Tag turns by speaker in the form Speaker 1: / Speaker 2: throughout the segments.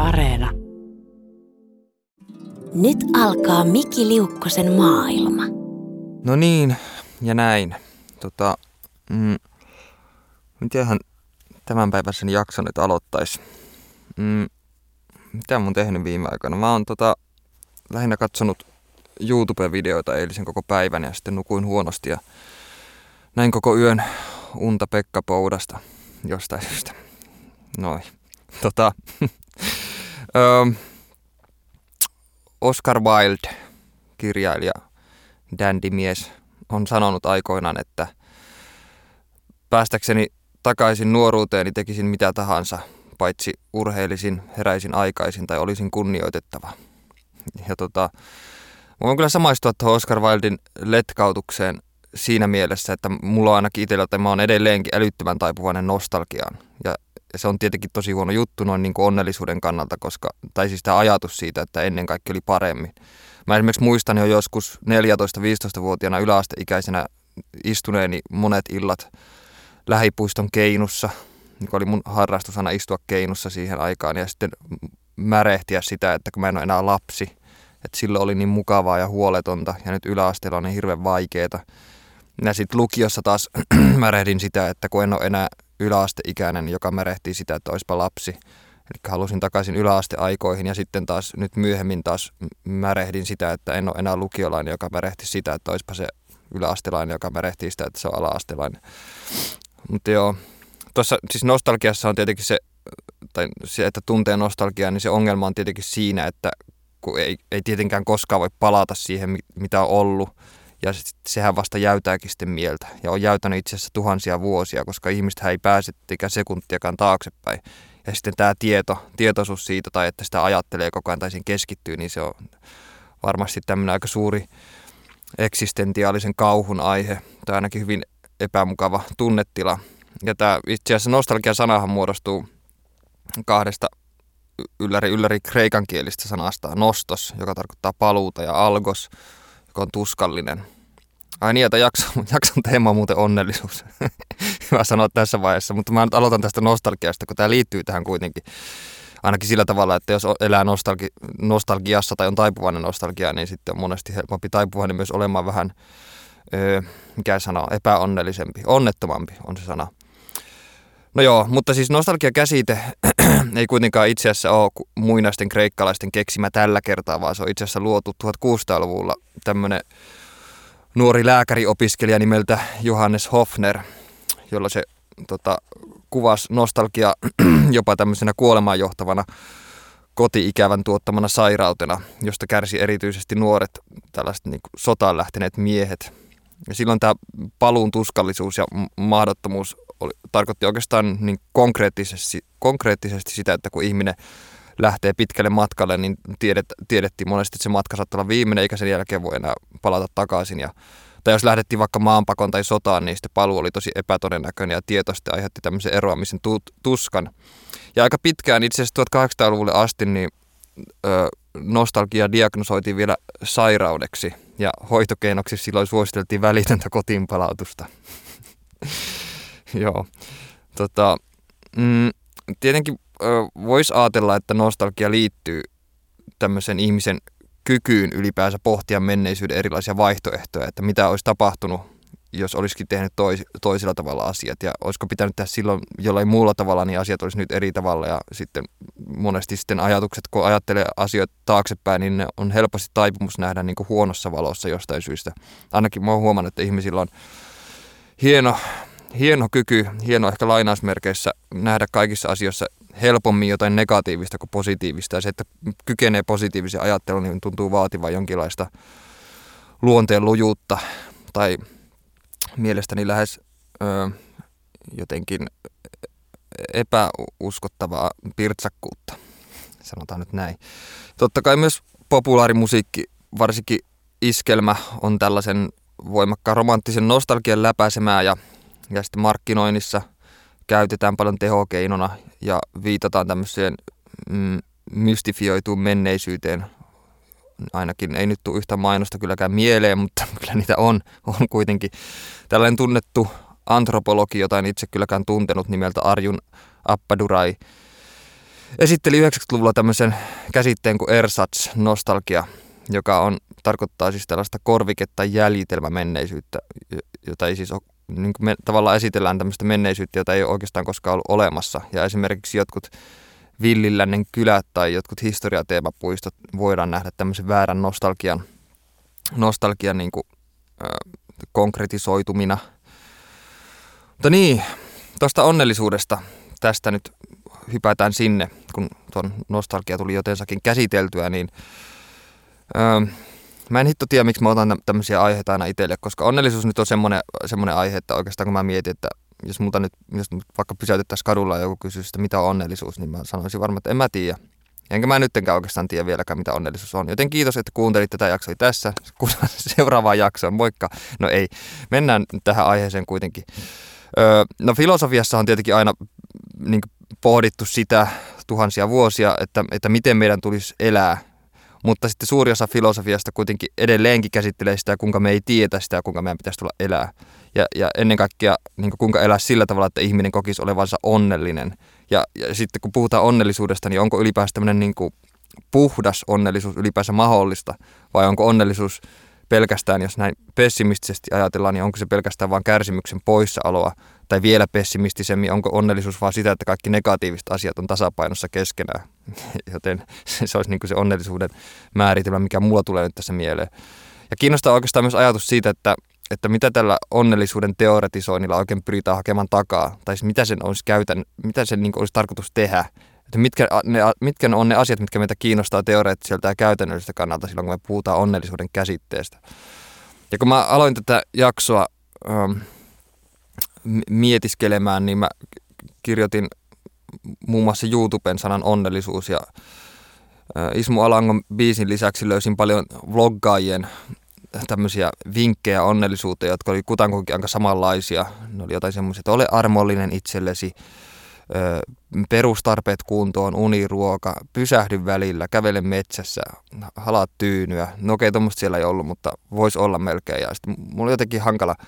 Speaker 1: Areena.
Speaker 2: Nyt alkaa Miki Liukkosen maailma.
Speaker 3: No niin, ja näin. Mitenhän tämänpäiväisen jakson nyt aloittaisi? Mitä mä oon tehnyt viime aikoina? Mä oon lähinnä katsonut YouTube-videoita eilisen koko päivän ja sitten nukuin huonosti ja näin koko yön unta Pekka Poudasta jostain syystä. Noin. Oscar Wilde, kirjailija, dandy-mies, on sanonut aikoinaan, että päästäkseni takaisin nuoruuteeni tekisin mitä tahansa, paitsi urheilisin, heräisin aikaisin tai olisin kunnioitettava. Ja mä voin kyllä samaistua tuohon Oscar Wilden letkautukseen siinä mielessä, että mulla on ainakin itsellä, että mä oon edelleenkin älyttömän taipuvainen nostalgiaan. Ja se on tietenkin tosi huono juttu noin niin kuin onnellisuuden kannalta, tai siis tämä ajatus siitä, että ennen kaikki oli paremmin. Mä esimerkiksi muistan jo joskus 14-15-vuotiaana yläasteikäisenä istuneeni monet illat lähipuiston keinussa, niin oli mun harrastus aina istua keinussa siihen aikaan ja sitten märehtiä sitä, että kun mä en ole enää lapsi, että silloin oli niin mukavaa ja huoletonta ja nyt yläasteella on niin hirveän vaikeeta. Ja sitten lukiossa taas märehdin sitä, että kun en ole enää yläasteikäinen, joka märehtii sitä, että olisipa lapsi. Eli halusin takaisin yläasteaikoihin ja sitten taas nyt myöhemmin taas märehdin sitä, että en ole enää lukiolainen, joka märehti sitä, että olisipa se yläastelainen, joka märehtii sitä, että se on ala-astelainen. Mutta joo, tuossa siis nostalgiassa on tietenkin se, että tuntee nostalgiaa, niin se ongelma on tietenkin siinä, että kun ei tietenkään koskaan voi palata siihen, mitä on ollut. Ja sehän vasta jäytääkin sitten mieltä. Ja on jäytänyt itse asiassa tuhansia vuosia, koska ihmistähän ei pääse eikä sekuntiakaan taaksepäin. Ja sitten tämä tietoisuus siitä, tai että sitä ajattelee koko ajan tai siihen keskittyy, niin se on varmasti tämmöinen aika suuri eksistentiaalisen kauhun aihe. Tai ainakin hyvin epämukava tunnetila. Ja tämä itse asiassa nostalgia-sanahan muodostuu kahdesta ylläri kreikankielistä sanasta. Nostos, joka tarkoittaa paluuta, ja algos, joka on tuskallinen. Ai niin, että jakson teema on muuten onnellisuus. Hyvä sanoa tässä vaiheessa, mutta mä nyt aloitan tästä nostalgiasta, kun tämä liittyy tähän kuitenkin. Ainakin sillä tavalla, että jos elää nostalgiassa tai on taipuvainen nostalgiaa, niin sitten on monesti helpompi taipuvainen myös olemaan vähän, epäonnellisempi. Onnettomampi on se sana. No joo, mutta siis nostalgia-käsite ei kuitenkaan itse asiassa ole muinaisten kreikkalaisten keksimä tällä kertaa, vaan se on itse asiassa luotu 1600-luvulla tämmöinen nuori lääkäriopiskelija nimeltä Johannes Hofner, jolla se kuvasi nostalgia jopa tämmöisenä kuolemaan johtavana koti-ikävän tuottamana sairautena, josta kärsi erityisesti nuoret tällaiset niin kuin sotaan lähteneet miehet. Ja silloin tämä paluun tuskallisuus ja mahdottomuus tarkoitti oikeastaan niin konkreettisesti sitä, että kun ihminen lähtee pitkälle matkalle, niin tiedettiin monesti, että se matka saattaa olla viimeinen, eikä sen jälkeen voi enää palata takaisin. Tai jos lähdettiin vaikka maanpakoon tai sotaan, niin sitten paluu oli tosi epätodennäköinen ja tieto sitten aiheutti tämmöisen eroamisen tuskan. Ja aika pitkään, itse asiassa 1800-luvulle asti, niin nostalgia diagnosoitiin vielä sairaudeksi ja hoitokeinoksi silloin suositeltiin välitöntä kotiinpalautusta. Joo. Tietenkin voisi ajatella, että nostalgia liittyy tämmöisen ihmisen kykyyn ylipäänsä pohtia menneisyyden erilaisia vaihtoehtoja, että mitä olisi tapahtunut, jos olisikin tehnyt toisella tavalla asiat, ja olisiko pitänyt tehdä silloin jollain muulla tavalla, niin asiat olisi nyt eri tavalla, ja sitten monesti sitten ajatukset, kun ajattelee asioita taaksepäin, niin ne on helposti taipumus nähdä niin kuin huonossa valossa jostain syystä. Ainakin mä oon huomannut, että ihmisillä on hieno kyky, hieno ehkä lainausmerkeissä nähdä kaikissa asioissa helpommin jotain negatiivista kuin positiivista. Ja se, että kykenee positiivisen ajatteluun, niin tuntuu vaativan jonkinlaista luonteen lujuutta tai mielestäni lähes jotenkin epäuskottavaa pirtsakkuutta. Sanotaan nyt näin. Totta kai myös populaarimusiikki, varsinkin iskelmä, on tällaisen voimakkaan romanttisen nostalgian läpäisemää ja sitten markkinoinnissa käytetään paljon tehokeinona ja viitataan tämmöiseen mystifioituun menneisyyteen. Ainakin ei nyt tule yhtä mainosta kylläkään mieleen, mutta kyllä niitä on kuitenkin. Tällainen tunnettu antropologi, jota en itse kylläkään tuntenut nimeltä Arjun Appadurai, esitteli 90-luvulla tämmöisen käsitteen kuin ersatz, nostalgia, joka tarkoittaa siis tällaista korviketta jäljitelmä menneisyyttä, jota ei siis ole, niin kuin me tavallaan esitellään tämmöistä menneisyyttä, jota ei ole oikeastaan koskaan ollut olemassa. Ja esimerkiksi jotkut Villilännen kylät tai jotkut historiateemapuistot voidaan nähdä tämmöisen väärän nostalgian niin kuin, konkretisoitumina. Mutta niin, tuosta onnellisuudesta tästä nyt hypätään sinne, kun tuon nostalgia tuli jotensakin käsiteltyä, niin mä en hitto tiedä, miksi mä otan tämmöisiä aiheita aina itselle, koska onnellisuus nyt on semmoinen aihe, että oikeastaan kun mä mietin, että jos vaikka pysäytettäisiin kadulla ja joku kysyisi, että mitä on onnellisuus, niin mä sanoisin varmaan, että en mä tiedä. Enkä mä nyttenkään oikeastaan tiedä vieläkään, mitä onnellisuus on. Joten kiitos, että kuuntelit tätä jaksoa tässä. Kuunnellaan seuraavaan jaksoon. Moikka. No ei, mennään tähän aiheeseen kuitenkin. No filosofiassa on tietenkin aina niin pohdittu sitä tuhansia vuosia, että miten meidän tulisi elää. Mutta sitten suuri osa filosofiasta kuitenkin edelleenkin käsittelee sitä, kuinka me ei tietä sitä ja kuinka meidän pitäisi tulla elää. Ja ennen kaikkea niin kuinka elää sillä tavalla, että ihminen kokisi olevansa onnellinen. Ja sitten kun puhutaan onnellisuudesta, niin onko ylipäänsä tämmöinen niin kuin puhdas onnellisuus ylipäänsä mahdollista? Vai onko onnellisuus pelkästään, jos näin pessimistisesti ajatellaan, niin onko se pelkästään vain kärsimyksen poissaoloa? Tai vielä pessimistisemmin, onko onnellisuus vaan sitä, että kaikki negatiiviset asiat on tasapainossa keskenään? Joten se olisi niin kuin se onnellisuuden määritelmä, mikä mulla tulee nyt tässä mieleen. Ja kiinnostaa oikeastaan myös ajatus siitä, että mitä tällä onnellisuuden teoretisoinnilla oikein pyritään hakemaan takaa. Tai siis mitä sen niin kuin olisi tarkoitus tehdä. Että mitkä on ne asiat, mitkä meitä kiinnostaa teoreettiselta ja käytännölliseltä kannalta silloin, kun me puhutaan onnellisuuden käsitteestä. Ja kun mä aloin tätä jaksoa mietiskelemään, niin mä kirjoitin muun muassa YouTuben sanan onnellisuus ja Ismu Alangon biisin lisäksi löysin paljon vloggaajien tämmöisiä vinkkejä onnellisuuteen, jotka oli kutakuinkin aika samanlaisia. Ne oli jotain semmoisia, että ole armollinen itsellesi, perustarpeet kuntoon, uniruoka, pysähdy välillä, kävele metsässä, halaa tyynyä. No okei, tuommoista siellä ei ollut, mutta voisi olla melkein. Ja sitten mulla oli jotenkin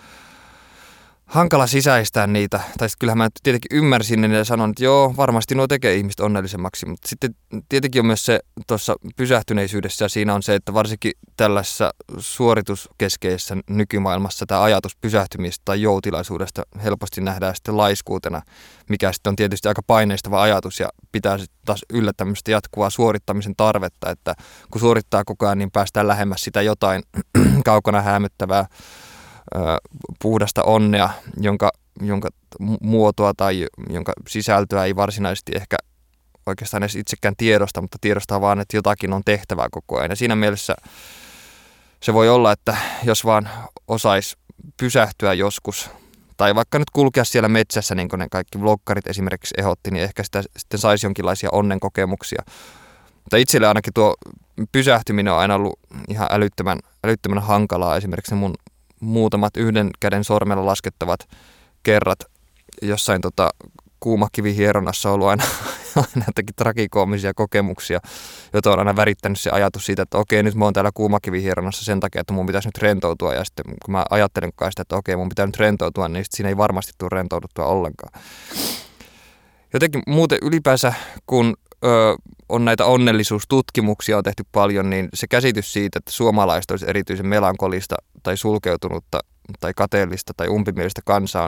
Speaker 3: hankala sisäistää niitä. Tai sitten kyllähän mä tietenkin ymmärsin ne ja sanoin, että joo, varmasti nuo tekee ihmistä onnellisemmaksi. Mutta sitten tietenkin on myös se tuossa pysähtyneisyydessä ja siinä on se, että varsinkin tällaisessa suorituskeskeisessä nykymaailmassa tämä ajatus pysähtymistä tai joutilaisuudesta helposti nähdään sitten laiskuutena, mikä sitten on tietysti aika paineistava ajatus ja pitää sitten taas yllä tämmöistä jatkuvaa suorittamisen tarvetta, että kun suorittaa koko ajan, niin päästään lähemmäs sitä jotain kaukana häämöttävää puhdasta onnea, jonka muotoa tai jonka sisältöä ei varsinaisesti ehkä oikeastaan edes itsekään tiedosta, mutta tiedostaa vaan, että jotakin on tehtävää koko ajan. Ja siinä mielessä se voi olla, että jos vaan osaisi pysähtyä joskus, tai vaikka nyt kulkea siellä metsässä, niin kuin ne kaikki vloggarit esimerkiksi ehdotti, niin ehkä sitä sitten saisi jonkinlaisia onnenkokemuksia. Mutta itselle ainakin tuo pysähtyminen on aina ollut ihan älyttömän hankalaa. Esimerkiksi mun muutamat yhden käden sormella laskettavat kerrat jossain kuumakivihieronnassa on ollut aina jotakin tragikoomisia kokemuksia, joita on aina värittänyt se ajatus siitä, että okei, nyt mä oon täällä kuumakivihieronnassa sen takia, että mun pitäisi nyt rentoutua. Ja sitten kun mä ajattelen kai sitä, että okei, mun pitää nyt rentoutua, niin siinä ei varmasti tule rentouduttua ollenkaan. Jotenkin muuten ylipäänsä, kun on näitä onnellisuustutkimuksia on tehty paljon, niin se käsitys siitä, että suomalaiset olisi erityisen melankolista tai sulkeutunutta tai kateellista tai umpimielistä kansaa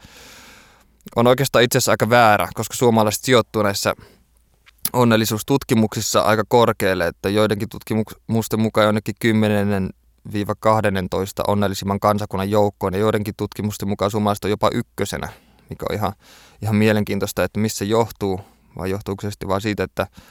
Speaker 3: on oikeastaan itse asiassa aika väärä, koska suomalaiset sijoittuu näissä onnellisuustutkimuksissa aika korkealle, että joidenkin tutkimusten mukaan jonnekin 10-12 onnellisimman kansakunnan joukkoon ja joidenkin tutkimusten mukaan suomalaiset on jopa ykkösenä, mikä on ihan mielenkiintoista, että missä johtuu, vai johtuuko se sitten vaan siitä,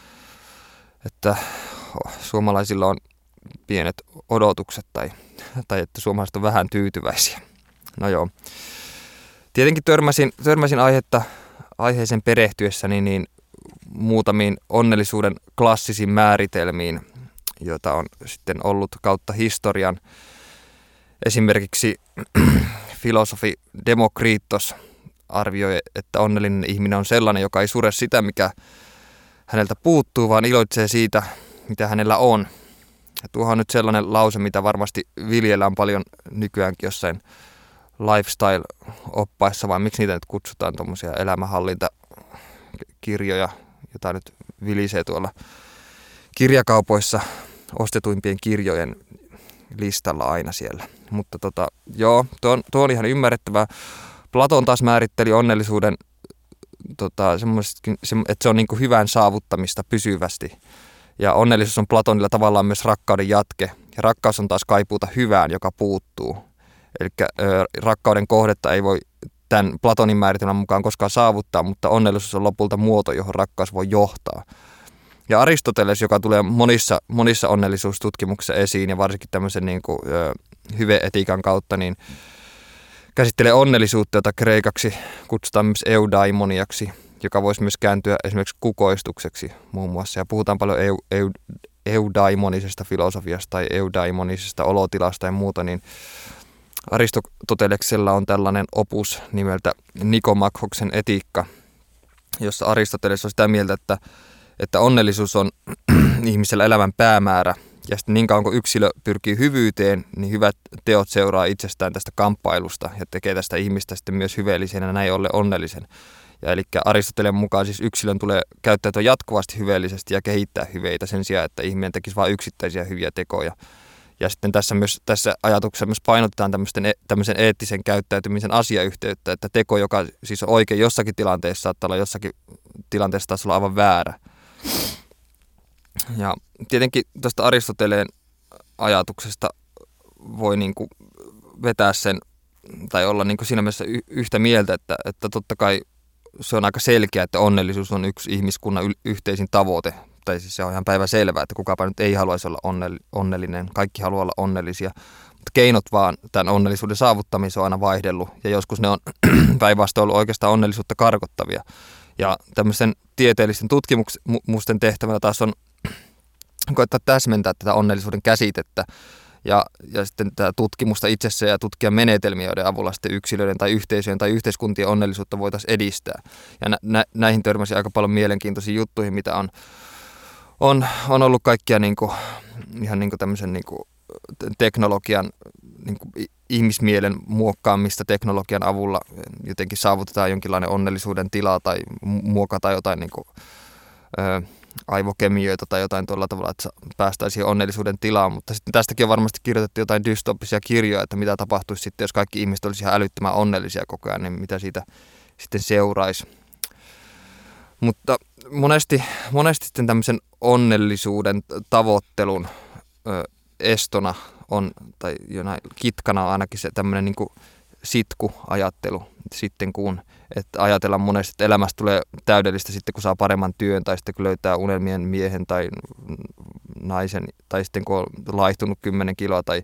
Speaker 3: että suomalaisilla on pienet odotukset tai että suomalaiset on vähän tyytyväisiä. No joo. Tietenkin törmäsin aiheeseen perehtyessäni niin muutamiin onnellisuuden klassisiin määritelmiin, joita on sitten ollut kautta historian. Esimerkiksi filosofi Demokriitos arvioi, että onnellinen ihminen on sellainen, joka ei sure sitä, mikä häneltä puuttuu, vaan iloitsee siitä, mitä hänellä on. Ja tuohon on nyt sellainen lause, mitä varmasti viljellään paljon nykyäänkin jossain lifestyle-oppaissa, vai miksi niitä nyt kutsutaan tuommoisia elämänhallintakirjoja, jota nyt vilisee tuolla kirjakaupoissa ostetuimpien kirjojen listalla aina siellä. Mutta joo, tuo on ihan ymmärrettävää. Platon taas määritteli onnellisuuden, että se on niin kuin hyvän saavuttamista pysyvästi. Ja onnellisuus on Platonilla tavallaan myös rakkauden jatke. Ja rakkaus on taas kaipuuta hyvään, joka puuttuu. Eli rakkauden kohdetta ei voi tämän Platonin määritelmän mukaan koskaan saavuttaa, mutta onnellisuus on lopulta muoto, johon rakkaus voi johtaa. Ja Aristoteles, joka tulee monissa onnellisuustutkimuksissa esiin ja varsinkin tämmöisen niin kuin, hyve-etiikan kautta, niin käsittelee onnellisuutta, jota kreikaksi kutsutaan myös eudaimoniaksi, joka voisi myös kääntyä esimerkiksi kukoistukseksi muun muassa. Ja puhutaan paljon eudaimonisesta filosofiasta tai eudaimonisesta olotilasta ja muuta, niin Aristoteleksella on tällainen opus nimeltä Nikomakhoksen etiikka, jossa Aristoteles on sitä mieltä, että onnellisuus on ihmisellä elämän päämäärä. Ja sitten niin kauan kun yksilö pyrkii hyvyyteen, niin hyvät teot seuraa itsestään tästä kamppailusta ja tekee tästä ihmistä sitten myös hyveellisen ja näin ollen onnellisen. Ja eli Aristoteleen mukaan siis yksilön tulee käyttäytyä jatkuvasti hyveellisesti ja kehittää hyveitä sen sijaan, että ihminen tekisi vain yksittäisiä hyviä tekoja. Ja sitten tässä ajatuksessa myös painotetaan tämmöisen eettisen käyttäytymisen asiayhteyttä, että teko, joka siis on oikein jossakin tilanteessa, saattaa olla jossakin tilanteessa taas olla aivan väärä. Ja tietenkin tuosta Aristoteleen ajatuksesta voi niin kuin vetää sen, tai olla niin kuin siinä mielessä yhtä mieltä, että totta kai se on aika selkeä, että onnellisuus on yksi ihmiskunnan yhteisin tavoite. Tai siis se on ihan päivänselvää, että kukapa nyt ei haluaisi olla onnellinen. Kaikki haluaa olla onnellisia. Mutta keinot vaan tämän onnellisuuden saavuttamiseen on aina vaihdellut. Ja joskus ne on päinvastoin ollut oikeastaan onnellisuutta karkottavia. Ja tämmöisten tieteellisten tutkimusten tehtävänä taas on koettaa täsmentää tätä onnellisuuden käsitettä. Ja sitten tätä tutkimusta itsessä ja tutkia menetelmiä, joiden avulla sitten yksilöiden tai yhteisöjen tai yhteiskuntien onnellisuutta voitaisiin edistää. Ja näihin törmäsi aika paljon mielenkiintoisia juttuja, mitä on ollut kaikkia niinku, ihan niinku tämmöisen niinku teknologian, niinku ihmismielen muokkaamista teknologian avulla. Jotenkin saavutetaan jonkinlainen onnellisuuden tila tai muokataan jotain niinku, aivokemioita tai jotain tuolla tavalla, että päästään siihen onnellisuuden tilaan, mutta sitten tästäkin on varmasti kirjoitettu jotain dystopisia kirjoja, että mitä tapahtuisi sitten, jos kaikki ihmiset olisi ihan älyttömän onnellisia koko ajan, niin mitä siitä sitten seuraisi. Mutta monesti sitten tämmöisen onnellisuuden tavoittelun estona on, tai jonain kitkana on ainakin se tämmöinen niin kuin sitkuajattelu, sitten kun että ajatellaan monesti, että elämästä tulee täydellistä sitten, kun saa paremman työn, tai sitten kun löytää unelmien miehen tai naisen, tai sitten kun on laihtunut 10 kiloa tai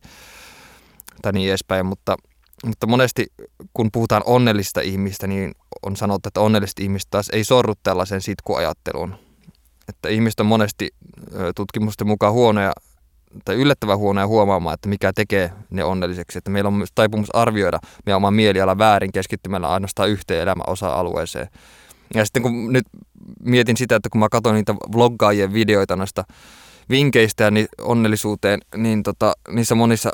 Speaker 3: niin edespäin. Mutta monesti, kun puhutaan onnellisista ihmistä, niin on sanottu, että onnelliset ihmiset taas ei sorru tällaiseen sitkuajatteluun. Että ihmiset on monesti tutkimusten mukaan huonoja, tai yllättävän huonoja huomaamaan, että mikä tekee ne onnelliseksi. Että meillä on myös taipumus arvioida meidän oman mielialan väärin keskittymällä ainoastaan yhteen elämän osa-alueeseen. Ja sitten kun nyt mietin sitä, että kun mä katson niitä vloggaajien videoita noista vinkkeistä ja onnellisuuteen, niin niissä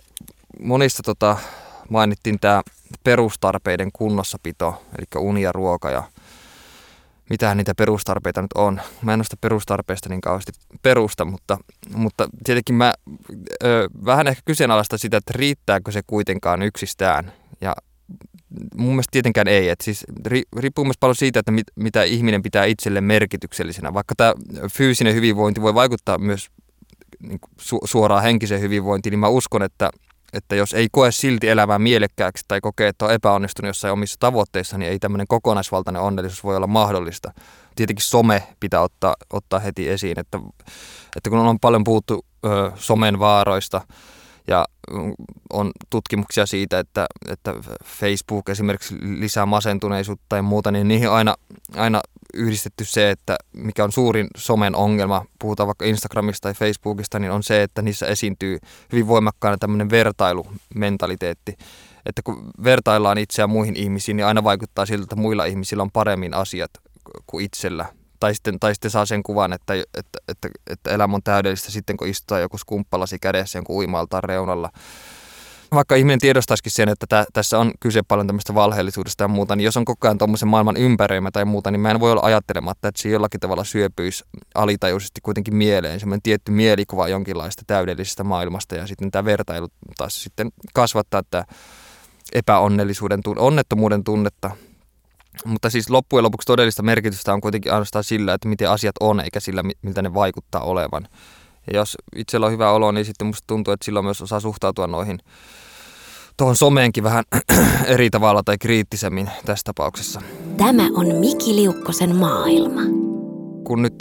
Speaker 3: monissa mainittiin tämä perustarpeiden kunnossapito, eli uni ja ruoka ja mitähän niitä perustarpeita nyt on. Mä en ole sitä perustarpeesta niin kauheasti perusta, mutta tietenkin mä vähän ehkä kyseenalaistan sitä, että riittääkö se kuitenkaan yksistään. Ja mun mielestä tietenkään ei. Et siis riippuu myös paljon siitä, että mitä ihminen pitää itselleen merkityksellisenä. Vaikka tämä fyysinen hyvinvointi voi vaikuttaa myös niin suoraan henkiseen hyvinvointiin, niin mä uskon, että jos ei koe silti elämää mielekkääksi tai kokee, että on epäonnistunut jossain omissa tavoitteissa, niin ei tämmöinen kokonaisvaltainen onnellisuus voi olla mahdollista. Tietenkin some pitää ottaa heti esiin, että kun on paljon puhuttu somen vaaroista ja on tutkimuksia siitä, että Facebook esimerkiksi lisää masentuneisuutta tai muuta, niin niihin on aina yhdistetty se, että mikä on suurin somen ongelma, puhutaan vaikka Instagramista tai Facebookista, niin on se, että niissä esiintyy hyvin voimakkaana tämmöinen vertailumentaliteetti. Että kun vertaillaan itseään muihin ihmisiin, niin aina vaikuttaa siltä, että muilla ihmisillä on paremmin asiat kuin itsellä. Tai sitten saa sen kuvan, että elämä on täydellistä sitten, kun istutaan joku skumppalasi kädessä jonkun uima-altaan reunalla. vaikka ihminen tiedostaisikin sen, että tässä on kyse paljon tämmöistä valheellisuudesta ja muuta, niin jos on koko ajan tuommoisen maailman ympäröimä tai muuta, niin mä en voi olla ajattelematta, että se jollakin tavalla syöpyisi alitajuisesti kuitenkin mieleen, semmoinen tietty mielikuva jonkinlaista täydellisestä maailmasta, ja sitten tämä vertailu taas sitten kasvattaa tätä onnettomuuden tunnetta. Mutta siis loppujen lopuksi todellista merkitystä on kuitenkin ainoastaan sillä, että miten asiat on, eikä sillä, miltä ne vaikuttaa olevan. Ja jos itsellä on hyvä olo, niin sitten musta tuntuu, että silloin myös osaa suhtautua tuohon someenkin vähän eri tavalla tai kriittisemmin tässä tapauksessa.
Speaker 2: Tämä on Miki Liukkosen maailma.
Speaker 3: Kun nyt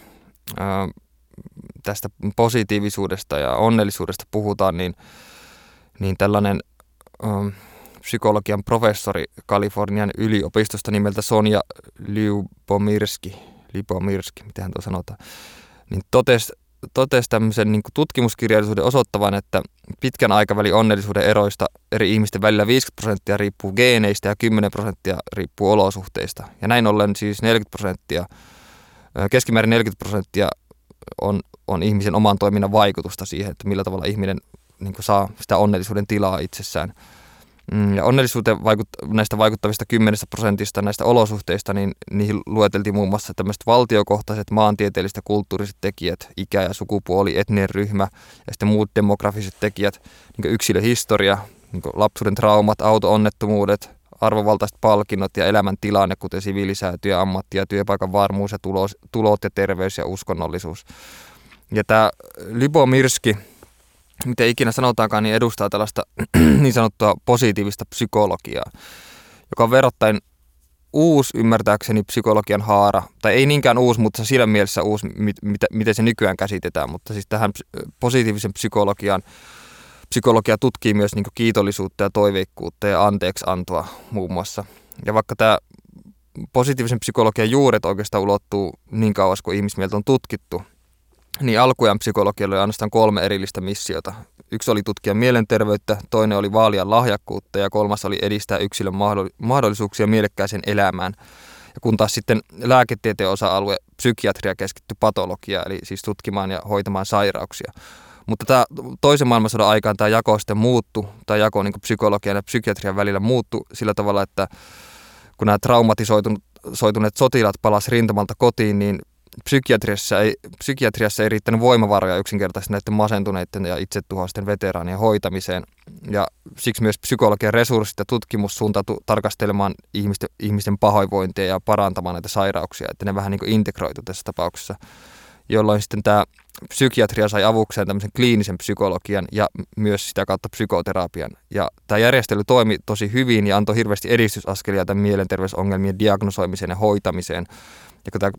Speaker 3: tästä positiivisuudesta ja onnellisuudesta puhutaan, niin tällainen psykologian professori Kalifornian yliopistosta nimeltä Sonja Lyubomirsky, miten tuo sanotaan, niin totesi tämmöisen niin kuin tutkimuskirjallisuuden osoittavan, että pitkän aikavälin onnellisuuden eroista eri ihmisten välillä 50% riippuu geeneistä ja 10% riippuu olosuhteista. Ja näin ollen siis keskimäärin 40% on ihmisen oman toiminnan vaikutusta siihen, että millä tavalla ihminen niin kuin saa sitä onnellisuuden tilaa itsessään. Ja onnellisuuteen näistä vaikuttavista 10% näistä olosuhteista, niin niihin lueteltiin muun muassa tämmöiset valtiokohtaiset, maantieteelliset ja kulttuuriset tekijät, ikä ja sukupuoli, etninen ryhmä ja sitten muut demografiset tekijät, niin kuin yksilöhistoria, niin kuin lapsuuden traumat, auto-onnettomuudet, arvovaltaiset palkinnot ja elämäntilanne, kuten siviilisäätyjä, ammatti ja työpaikan varmuus ja tulot ja terveys ja uskonnollisuus. Ja tämä Lyubomirsky, miten ikinä sanotaankaan, niin edustaa tällaista niin sanottua positiivista psykologiaa, joka on verrattain uusi ymmärtääkseni psykologian haara, tai ei niinkään uusi, mutta sillä mielessä uusi, miten se nykyään käsitetään, mutta siis tähän positiivisen psykologia tutkii myös niin kuin kiitollisuutta ja toiveikkuutta ja anteeksiantoa muun muassa. Ja vaikka tämä positiivisen psykologian juuret oikeastaan ulottuu niin kauas kuin ihmismieltä on tutkittu, niin alkujaan psykologialla oli ainoastaan 3 erillistä missiota. Yksi oli tutkia mielenterveyttä, toinen oli vaalia lahjakkuutta ja kolmas oli edistää yksilön mahdollisuuksia mielekkääseen elämään. Ja kun taas sitten lääketieteen osa-alue psykiatria keskittyi patologiaan, eli siis tutkimaan ja hoitamaan sairauksia. Mutta tämä toisen maailmansodan aikaan tämä jako sitten muuttui, tämä jako niin kuin psykologian ja psykiatrian välillä muuttui sillä tavalla, että kun nämä traumatisoituneet sotilaat palasivat rintamalta kotiin, niin psykiatriassa ei riittänyt voimavaroja yksinkertaisesti näiden masentuneiden ja itsetuhoisten veteraanien hoitamiseen. Ja siksi myös psykologian resurssit ja tutkimus suuntautui tarkastelemaan ihmisten pahoinvointia ja parantamaan näitä sairauksia, että ne vähän niin kuin integroitu tässä tapauksessa, jolloin sitten tämä psykiatria sai avukseen tämmöisen kliinisen psykologian ja myös sitä kautta psykoterapian. Ja tämä järjestely toimi tosi hyvin ja antoi hirveästi edistysaskelia tämän mielenterveysongelmien diagnosoimiseen ja hoitamiseen. Ja kun tämä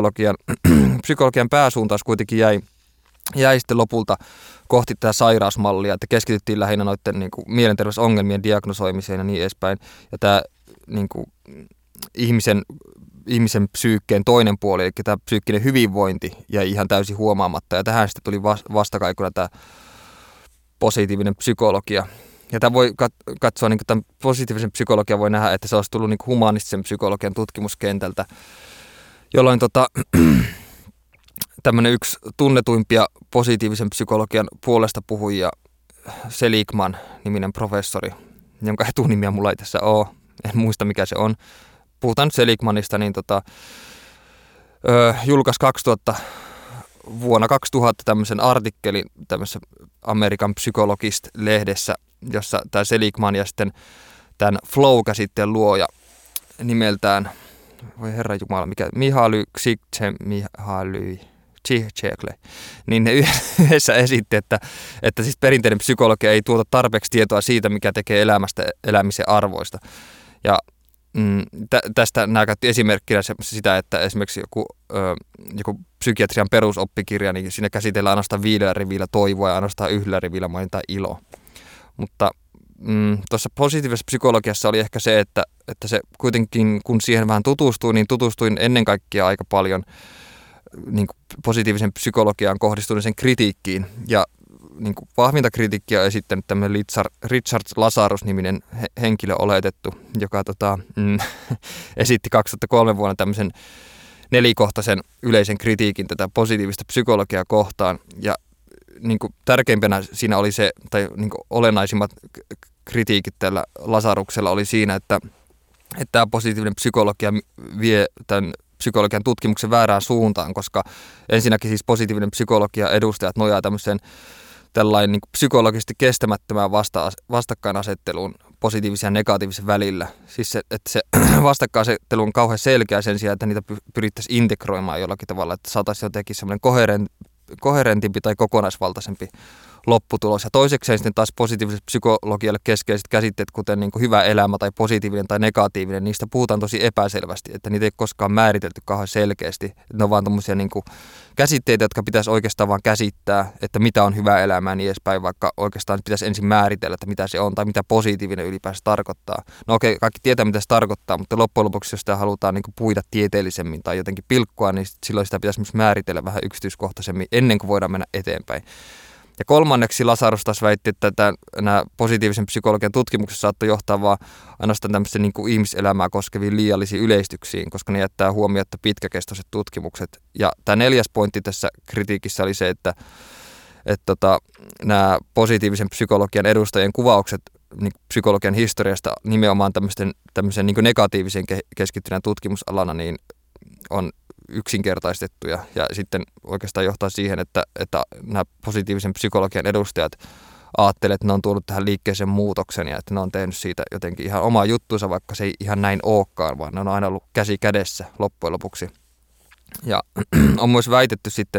Speaker 3: psykologian pääsuuntaus kuitenkin jäi sitten lopulta kohti tätä sairausmallia, että keskityttiin lähinnä noiden niin kuin mielenterveysongelmien diagnosoimiseen ja niin edespäin. Ja tämä niin kuin ihmisen psyykkeen toinen puoli, eli tämä psyykkinen hyvinvointi, jäi ihan täysin huomaamatta. Ja tähän sitten tuli vastakaikuna tämä positiivinen psykologia. Ja tämä voi katsoa, niin kuin tämän positiivisen psykologian voi nähdä, että se olisi tullut niin kuin humanistisen psykologian tutkimuskentältä, jolloin tämmöinen yksi tunnetuimpia positiivisen psykologian puolesta puhujia, Seligman-niminen professori, jonka etunimiä mulla ei tässä ole, en muista mikä se on. Puhutaan nyt Seligmanista, niin julkaisi vuonna 2000 tämmöisen artikkelin tämmöisessä American Psychologist-lehdessä, jossa tämä Seligman ja sitten tämän flow-käsitteen luoja nimeltään, voi herra jumala, Mihaly Csikszentmihalyi, niin ne yhdessä esitti, että siis perinteinen psykologia ei tuota tarpeeksi tietoa siitä, mikä tekee elämästä elämisen arvoista. Ja tästä nämä käytti esimerkkinä sitä, että esimerkiksi joku psykiatrian perusoppikirja, niin siinä käsitellään ainoastaan 5 rivillä toivoa ja ainoastaan 1 rivillä mainitaan ilo. Mutta tuossa positiivisessa psykologiassa oli ehkä se, että se kuitenkin, kun siihen vähän tutustuin ennen kaikkea aika paljon niin kuin positiivisen psykologiaan kohdistuneeseen kritiikkiin. Ja niin kuin vahvinta kritiikkiä on esittänyt tämmöinen Richard Lazarus-niminen henkilö oletettu, joka esitti 2003 vuonna tämmöisen 4-kohtaisen yleisen kritiikin tätä positiivista psykologiaa kohtaan. Ja niin kuin tärkeimpänä siinä oli se, tai niin kuin olennaisimmat kritiikit tällä Lasaruksella oli siinä, että tämä positiivinen psykologia vie tämän psykologian tutkimuksen väärään suuntaan, koska ensinnäkin siis positiivinen psykologia edustajat nojaa tällainen niin kuin psykologisesti kestämättömään vastakkainasetteluun positiivisen ja negatiivisen välillä. Siis se, että se vastakkainasettelu on kauhean selkeä sen sijaan, että niitä pyrittäisiin integroimaan jollakin tavalla, että saataisiin jotenkin semmoinen koherentimpi tai kokonaisvaltaisempi lopputulos. Ja toisekseen sitten taas positiiviselle psykologialle keskeiset käsitteet, kuten niin kuin hyvä elämä tai positiivinen tai negatiivinen, niistä puhutaan tosi epäselvästi, että niitä ei koskaan määritelty kauhean selkeästi. Ne on vaan tommosia niin kuin käsitteitä, jotka pitäisi oikeastaan vaan käsittää, että mitä on hyvä elämä ja niin edespäin, vaikka oikeastaan pitäisi ensin määritellä, että mitä se on tai mitä positiivinen ylipäänsä tarkoittaa. No okei, kaikki tietää, mitä se tarkoittaa, mutta loppujen lopuksi, jos sitä halutaan niin kuin puida tieteellisemmin tai jotenkin pilkkoa, niin silloin sitä pitäisi myös määritellä vähän yksityiskohtaisemmin ennen kuin voidaan mennä eteenpäin. Ja kolmanneksi Lasarus taas väitti, että nämä positiivisen psykologian tutkimukset saattoi johtaa vaan ainoastaan tämmöisiin niin kuin ihmiselämää koskeviin liiallisiin yleistyksiin, koska ne jättää huomiotta pitkäkestoiset tutkimukset. Ja tämä 4. pointti tässä kritiikissä oli se, että nämä positiivisen psykologian edustajien kuvaukset niin psykologian historiasta nimenomaan tämmöisen niin kuin negatiivisen keskittyneen tutkimusalana niin on yksinkertaistettuja ja sitten oikeastaan johtaa siihen, että nämä positiivisen psykologian edustajat ajattelevat, että ne on tuonut tähän liikkeeseen muutoksen ja että ne on tehnyt siitä jotenkin ihan omaa juttuunsa, vaikka se ei ihan näin olekaan, vaan ne on aina ollut käsi kädessä loppujen lopuksi. Ja on myös väitetty sitten,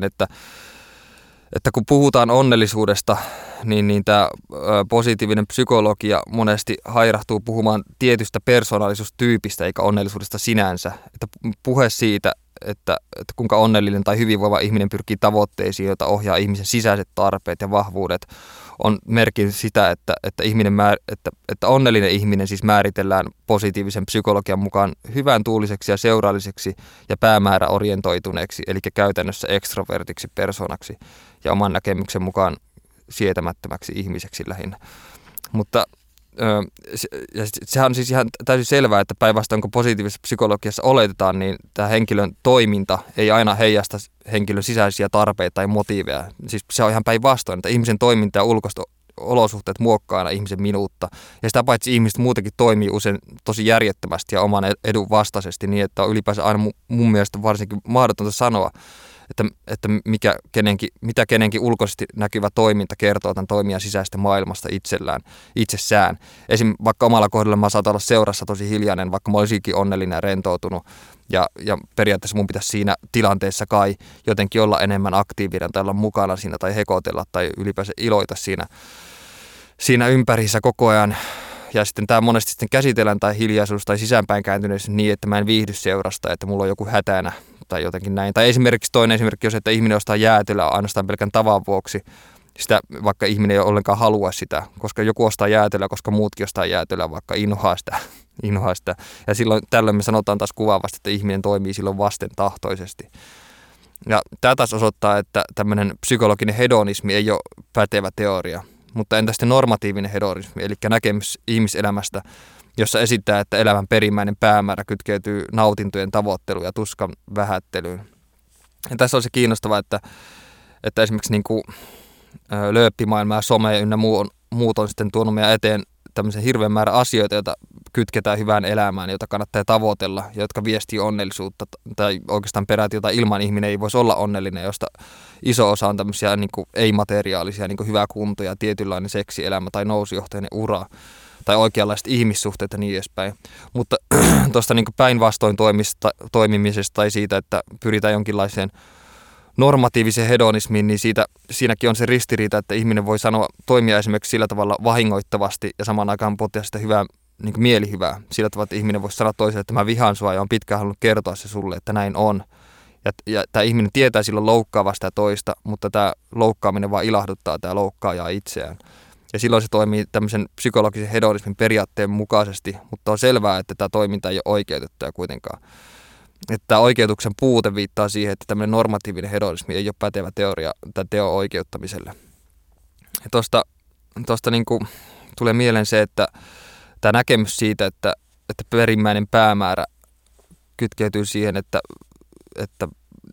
Speaker 3: että kun puhutaan onnellisuudesta, niin tämä positiivinen psykologia monesti hairahtuu puhumaan tietystä persoonallisuustyypistä eikä onnellisuudesta sinänsä. Että puhe siitä, että kuinka onnellinen tai hyvinvoiva ihminen pyrkii tavoitteisiin, joita ohjaa ihmisen sisäiset tarpeet ja vahvuudet, on merkin sitä, että onnellinen ihminen siis määritellään positiivisen psykologian mukaan hyvän tuuliseksi ja seuralliseksi ja päämääräorientoituneeksi, eli käytännössä ekstrovertiksi persoonaksi ja oman näkemyksen mukaan sietämättömäksi ihmiseksi lähinnä. Mutta sehän on siis ihan täysin selvää, että päinvastoin kun positiivisessa psykologiassa oletetaan, niin tämä henkilön toiminta ei aina heijasta henkilön sisäisiä tarpeita tai motiiveja. Siis se on ihan päinvastoin, että ihmisen toiminta ja ulkoiset olosuhteet muokkaa aina ihmisen minuutta. Ja sitä paitsi ihmiset muutenkin toimii usein tosi järjettömästi ja oman edun vastaisesti niin, että on ylipäänsä aina mun mielestä varsinkin mahdotonta sanoa, että mitä kenenkin ulkoisesti näkyvä toiminta kertoo tämän toimijan sisäistä maailmasta itsessään. Esim. Vaikka omalla kohdalla mä saatan olla seurassa tosi hiljainen, vaikka mä olisinkin onnellinen ja rentoutunut. Ja periaatteessa mun pitäisi siinä tilanteessa kai jotenkin olla enemmän aktiivinen tai olla mukana siinä tai hekotella tai ylipäänsä iloita siinä ympärissä koko ajan. Ja sitten tämä monesti sitten käsitellään tai hiljaisuus tai sisäänpäin kääntyneys niin, että mä en viihdy seurasta, että mulla on joku hätänä tai jotenkin näin. Tai esimerkiksi toinen esimerkki on se, että ihminen ostaa jäätelöä ainoastaan pelkän tavan vuoksi, sitä, vaikka ihminen ei ollenkaan halua sitä, koska joku ostaa jäätelöä, koska muutkin ostaa jäätelöä, vaikka inhoaa sitä. Ja tällöin me sanotaan taas kuvaavasti, että ihminen toimii silloin vastentahtoisesti. Ja tämä taas osoittaa, että tämmöinen psykologinen hedonismi ei ole pätevä teoria. Mutta entä sitten normatiivinen hedonismi, eli näkemys ihmiselämästä, jossa esittää, että elämän perimmäinen päämäärä kytkeytyy nautintojen tavoitteluun ja tuskan vähättelyyn. Ja tässä on se kiinnostavaa, että esimerkiksi niin kuin lööppimaailma ja some ynnä muut on sitten tuonut meidän eteen tämmöisen hirveän määrän asioita, joita kytketään hyvään elämään, joita kannattaa tavoitella, jotka viestii onnellisuutta tai oikeastaan peräti, jota ilman ihminen ei voisi olla onnellinen, josta iso osa on tämmöisiä niin kuin ei-materiaalisia, niin kuin hyvä kunto ja tietynlainen seksielämä tai nousujohteinen ura tai oikeanlaiset ihmissuhteet ja niin edespäin. Mutta tuosta niin kuin päinvastoin toimimisesta tai siitä, että pyritään jonkinlaiseen normatiiviseen hedonismiin, niin siinäkin on se ristiriita, että ihminen voi toimia esimerkiksi sillä tavalla vahingoittavasti ja samaan aikaan potia sitä hyvää niin kuin mielihyvää. Sillä tavalla, että ihminen voisi sanoa toiselle, että mä vihaan sua ja on pitkään halunnut kertoa se sulle, että näin on. Ja tämä ihminen tietää silloin loukkaavaa sitä toista, mutta tämä loukkaaminen vaan ilahduttaa tämä loukkaajaa itseään. Ja silloin se toimii tämmöisen psykologisen hedonismin periaatteen mukaisesti, mutta on selvää, että tämä toiminta ei ole oikeutettua kuitenkaan. Että tämä oikeutuksen puute viittaa siihen, että tämmöinen normatiivinen hedonismi ei ole pätevä teoria tai teon oikeuttamiselle. Ja tuosta niin kuin tulee mieleen se, että tämä näkemys siitä, että perimmäinen päämäärä kytkeytyy siihen, että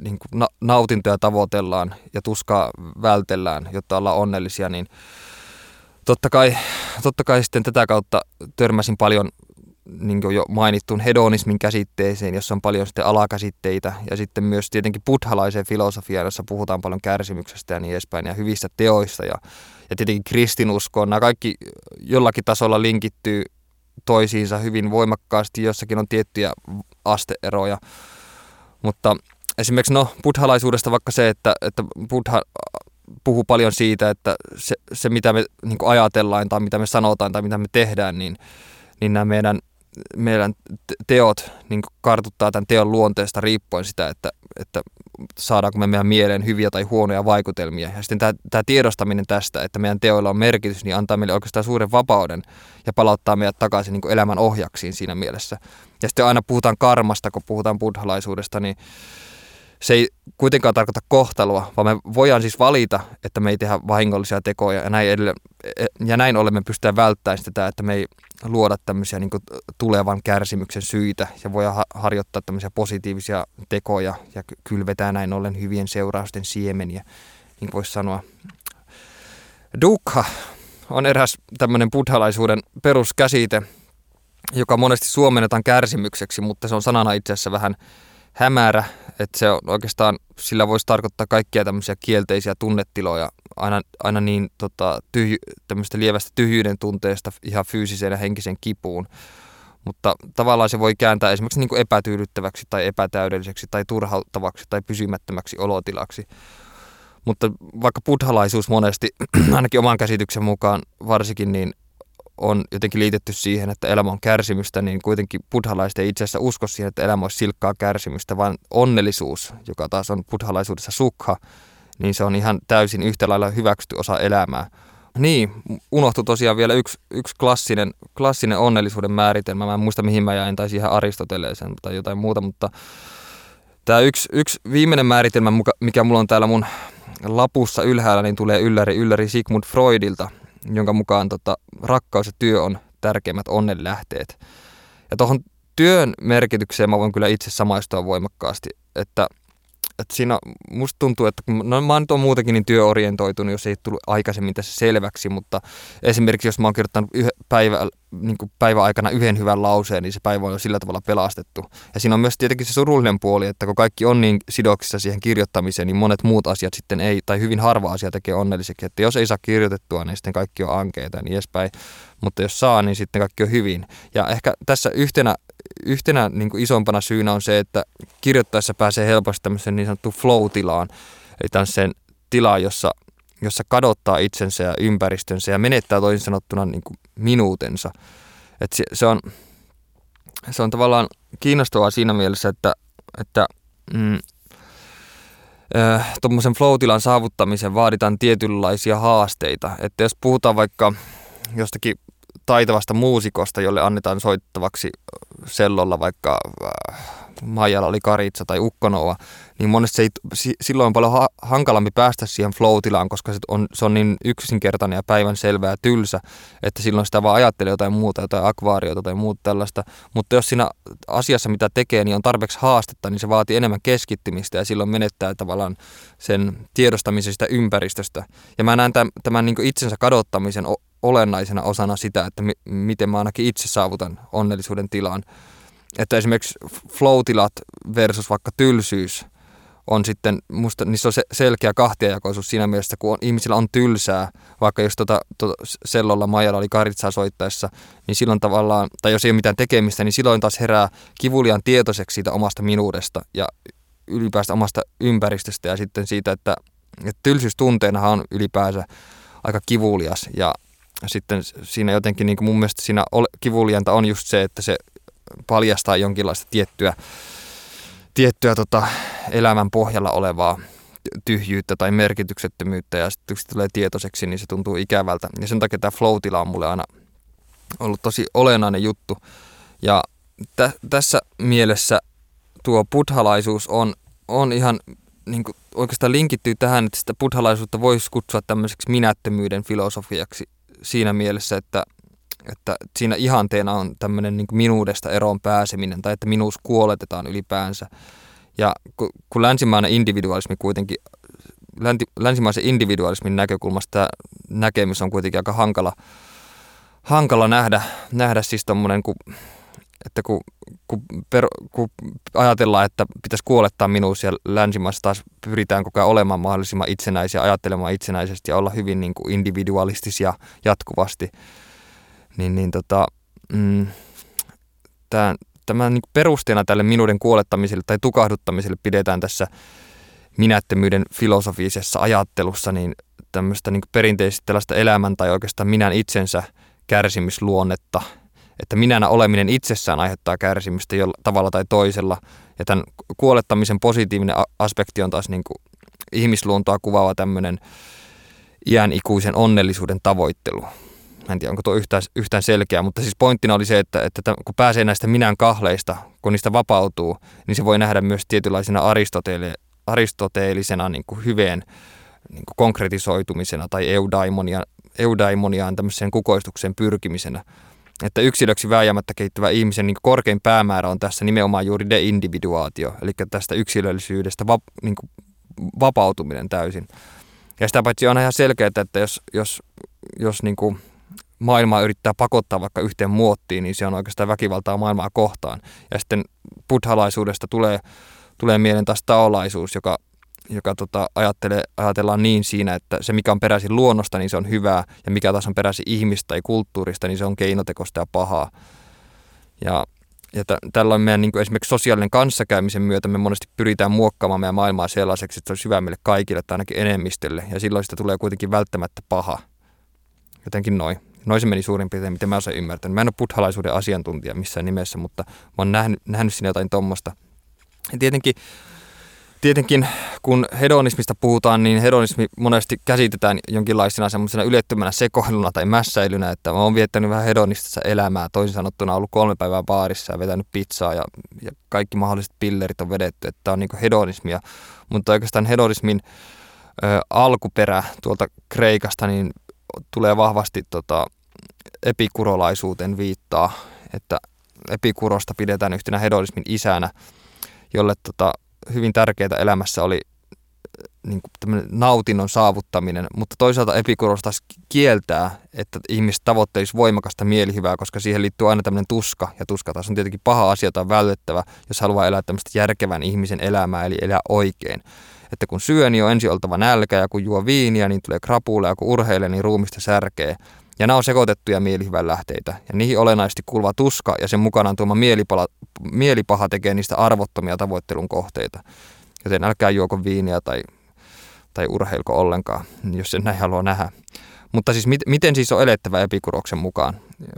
Speaker 3: niin kuin nautintoja tavoitellaan ja tuskaa vältellään, jotta ollaan onnellisia, niin totta kai sitten tätä kautta törmäsin paljon niin kuin jo mainittuun hedonismin käsitteeseen, jossa on paljon sitten alakäsitteitä, ja sitten myös tietenkin buddhalaiseen filosofiaan, jossa puhutaan paljon kärsimyksestä ja niin edespäin, ja hyvistä teoista, ja tietenkin kristinuskoon. Nämä kaikki jollakin tasolla linkittyy toisiinsa hyvin voimakkaasti, jossakin on tiettyjä asteeroja, mutta esimerkiksi buddhalaisuudesta vaikka se, että Buddha puhuu paljon siitä, että se mitä me niin kuin ajatellaan tai mitä me sanotaan tai mitä me tehdään, niin nämä meidän teot niin kuin kartuttaa tämän teon luonteesta riippuen sitä, että saadaanko me meidän mieleen hyviä tai huonoja vaikutelmia. Ja sitten tämä tiedostaminen tästä, että meidän teoilla on merkitys, niin antaa meille oikeastaan suuren vapauden ja palauttaa meidät takaisin niin kuin elämän ohjaksiin siinä mielessä. Ja sitten aina puhutaan karmasta, kun puhutaan buddhalaisuudesta, niin se ei kuitenkaan tarkoita kohtalua, vaan me voidaan siis valita, että me ei tehdä vahingollisia tekoja ja näin ollen me pystytään välttämään sitä, että me ei luoda tämmöisiä niin kuin tulevan kärsimyksen syitä ja voidaan harjoittaa tämmöisiä positiivisia tekoja ja kylvetään näin ollen hyvien seurausten siemeniä, niin kuin voisi sanoa. Dukkha on eräs tämmöinen buddhalaisuuden peruskäsite, joka monesti suomennetaan kärsimykseksi, mutta se on sanana itse asiassa vähän hämärä, että se on oikeastaan, sillä voisi tarkoittaa kaikkia tämmöisiä kielteisiä tunnetiloja, aina niin tämmöistä lievästä tyhjyyden tunteesta ihan fyysiseen ja henkiseen kipuun. Mutta tavallaan se voi kääntää esimerkiksi niin kuin epätyydyttäväksi tai epätäydelliseksi tai turhauttavaksi tai pysymättömäksi olotilaksi. Mutta vaikka buddhalaisuus monesti, ainakin oman käsityksen mukaan varsinkin, niin on jotenkin liitetty siihen, että elämä on kärsimystä, niin kuitenkin buddhalaiset ei itse asiassa usko siihen, että elämä olisi silkkaa kärsimystä, vaan onnellisuus, joka taas on buddhalaisuudessa sukha, niin se on ihan täysin yhtä lailla hyväksytty osa elämää. Niin, unohtui tosiaan vielä yksi klassinen onnellisuuden määritelmä. Mä en muista mihin mä jäin, tai siihen Aristoteleeseen tai jotain muuta, mutta tämä yksi viimeinen määritelmä, mikä mulla on täällä mun lapussa ylhäällä, niin tulee ylläri Sigmund Freudilta, jonka mukaan rakkaus ja työ on tärkeimmät onnenlähteet. Ja tuohon työn merkitykseen mä voin kyllä itse samaistua voimakkaasti, että siinä musta tuntuu, että mä nyt on muutenkin niin työorientoitunut, jos ei tullut aikaisemmin tässä selväksi, mutta esimerkiksi jos mä oon kirjoittanut päivän aikana yhden hyvän lauseen, niin se päivä on jo sillä tavalla pelastettu. Ja siinä on myös tietenkin se surullinen puoli, että kun kaikki on niin sidoksissa siihen kirjoittamiseen, niin monet muut asiat sitten ei, tai hyvin harva asia tekee onnelliseksi, että jos ei saa kirjoitettua, niin sitten kaikki on ankeita ja niin edespäin. Mutta jos saa, niin sitten kaikki on hyvin. Ja ehkä tässä yhtenä niin kuin isompana syynä on se, että kirjoittaessa pääsee helposti tämmöiseen niin sanottuun flow-tilaan, eli tämmöiseen tilaan, jossa kadottaa itsensä ja ympäristönsä ja menettää toisin sanottuna niin kuin minuutensa. Et se on tavallaan kiinnostavaa siinä mielessä, että tuommoisen flow-tilan saavuttamisen vaaditaan tietynlaisia haasteita. Että jos puhutaan vaikka jostakin taitavasta muusikosta, jolle annetaan soittavaksi sellolla vaikka Maijala oli Karitsa tai Ukkonova, niin monesti silloin on paljon hankalampi päästä siihen flow-tilaan, koska se on niin yksinkertainen ja päivänselvä ja tylsä, että silloin sitä vaan ajattelee jotain muuta, jotain akvaariota tai muuta tällaista. Mutta jos siinä asiassa, mitä tekee, niin on tarpeeksi haastetta, niin se vaatii enemmän keskittymistä ja silloin menettää tavallaan sen tiedostamisen sitä ympäristöstä. Ja mä näen tämän niin kuin itsensä kadottamisen olennaisena osana sitä, että miten mä ainakin itse saavutan onnellisuuden tilaan. Että esimerkiksi flow-tilat versus vaikka tylsyys on sitten, musta niissä on selkeä kahtiajakoisuus siinä mielessä, kun ihmisillä on tylsää, vaikka jos sellolla Maijalla oli Karitsaa soittaessa, niin silloin tavallaan, tai jos ei ole mitään tekemistä, niin silloin taas herää kivuliaan tietoiseksi siitä omasta minuudesta ja ylipäästä omasta ympäristöstä ja sitten siitä, että tylsyystunteenahan on ylipäänsä aika kivulias ja sitten siinä jotenkin niin kuin mun mielestä siinä kivulianta on just se, että se paljastaa jonkinlaista tiettyä elämän pohjalla olevaa tyhjyyttä tai merkityksettömyyttä ja sitten kun se tulee tietoiseksi, niin se tuntuu ikävältä. Ja sen takia tämä flow-tila on mulle aina ollut tosi olennainen juttu. Ja tässä mielessä tuo buddhalaisuus on ihan niin kuin oikeastaan linkittyy tähän, että sitä buddhalaisuutta voisi kutsua tämmöiseksi minättömyyden filosofiaksi siinä mielessä, että siinä ihanteena on tämmöinen niin kuin minuudesta eroon pääseminen tai että minuus kuoletetaan ylipäänsä. Ja kun länsimainen individualismi kuitenkin, länsimaisen individualismin näkökulmasta tämä näkemys on kuitenkin aika hankala nähdä siis tommonen, että kun ajatellaan, että pitäisi kuolettaa minuus ja länsimaissa taas pyritään koko ajan olemaan mahdollisimman itsenäisiä, ajattelemaan itsenäisesti ja olla hyvin niin kuin individualistisia jatkuvasti, tämä niin kuin perusteena tälle minuuden kuolettamiselle tai tukahduttamiselle pidetään tässä minättömyyden filosofisessa ajattelussa niin tämmöistä niin kuin perinteisesti tällaista elämän tai oikeastaan minän itsensä kärsimysluonnetta, että minänä oleminen itsessään aiheuttaa kärsimystä tavalla tai toisella. Ja tämän kuolettamisen positiivinen aspekti on taas niin kuin ihmisluontoa kuvaava tämmöinen iän-ikuisen onnellisuuden tavoittelu. Mä en tiedä, onko tuo yhtään selkeää, mutta siis pointtina oli se, että kun pääsee näistä minän kahleista, kun niistä vapautuu, niin se voi nähdä myös tietynlaisena aristoteelisena niin kuin hyveen niin kuin konkretisoitumisena tai eudaimoniaan tämmöiseen kukoistukseen pyrkimisenä. Että yksilöksi vääjäämättä kehittyvä ihmisen niin korkein päämäärä on tässä nimenomaan juuri deindividuaatio, eli tästä yksilöllisyydestä niin vapautuminen täysin. Ja sitä paitsi on ihan selkeää, että jos niin kuin maailmaa yrittää pakottaa vaikka yhteen muottiin, niin se on oikeastaan väkivaltaa maailmaa kohtaan. Ja sitten buddhalaisuudesta tulee mieleen taas taolaisuus, joka ajatellaan niin siinä, että se mikä on peräisin luonnosta, niin se on hyvää, ja mikä taas on peräisin ihmistä tai kulttuurista, niin se on keinotekoista ja pahaa. Ja tällöin meidän niin kuin esimerkiksi sosiaalinen kanssakäymisen myötä me monesti pyritään muokkaamaan meidän maailmaa sellaiseksi, että se olisi hyvä meille kaikille tai ainakin enemmistölle, ja silloin sitä tulee kuitenkin välttämättä paha. Jotenkin noin se meni suurin piirtein, miten mä osaan ymmärtänyt. Mä en ole buddhalaisuuden asiantuntija missään nimessä, mutta mä oon nähnyt siinä jotain tommoista. Ja Tietenkin, kun hedonismista puhutaan, niin hedonismi monesti käsitetään jonkinlaisena semmoisena ylettömänä sekoiluna tai mässäilynä, että mä oon viettänyt vähän hedonistista elämää. Toisin sanottuna ollut 3 päivää baarissa ja vetänyt pizzaa ja kaikki mahdolliset pillerit on vedetty, että tää on niinku hedonismia. Mutta oikeastaan hedonismin alkuperä tuolta Kreikasta niin tulee vahvasti epikurolaisuuteen viittaa, että Epikurosta pidetään yhtenä hedonismin isänä, jolle hyvin tärkeää elämässä oli niin kuin tämmöinen nautinnon saavuttaminen, mutta toisaalta Epikuros taas kieltää, että ihmiset tavoittelisi voimakasta mielihyvää, koska siihen liittyy aina tämmöinen tuska, ja tuska taas on tietenkin paha asia, jota on vältettävä, jos haluaa elää tämmöistä järkevän ihmisen elämää, eli elää oikein. Että kun syö, niin on ensin oltava nälkä, ja kun juo viiniä, niin tulee krapuula, ja kun urheilee, niin ruumista särkee. Ja nämä on sekoitettuja mielihyvän lähteitä, ja niihin olennaisesti kuuluva tuska ja sen mukanaan tuoma mielipaha tekee niistä arvottomia tavoittelun kohteita. Joten älkää juoko viiniä tai urheilko ollenkaan, jos sen näin haluaa nähdä. Mutta siis miten siis on elettävä Epikuroksen mukaan?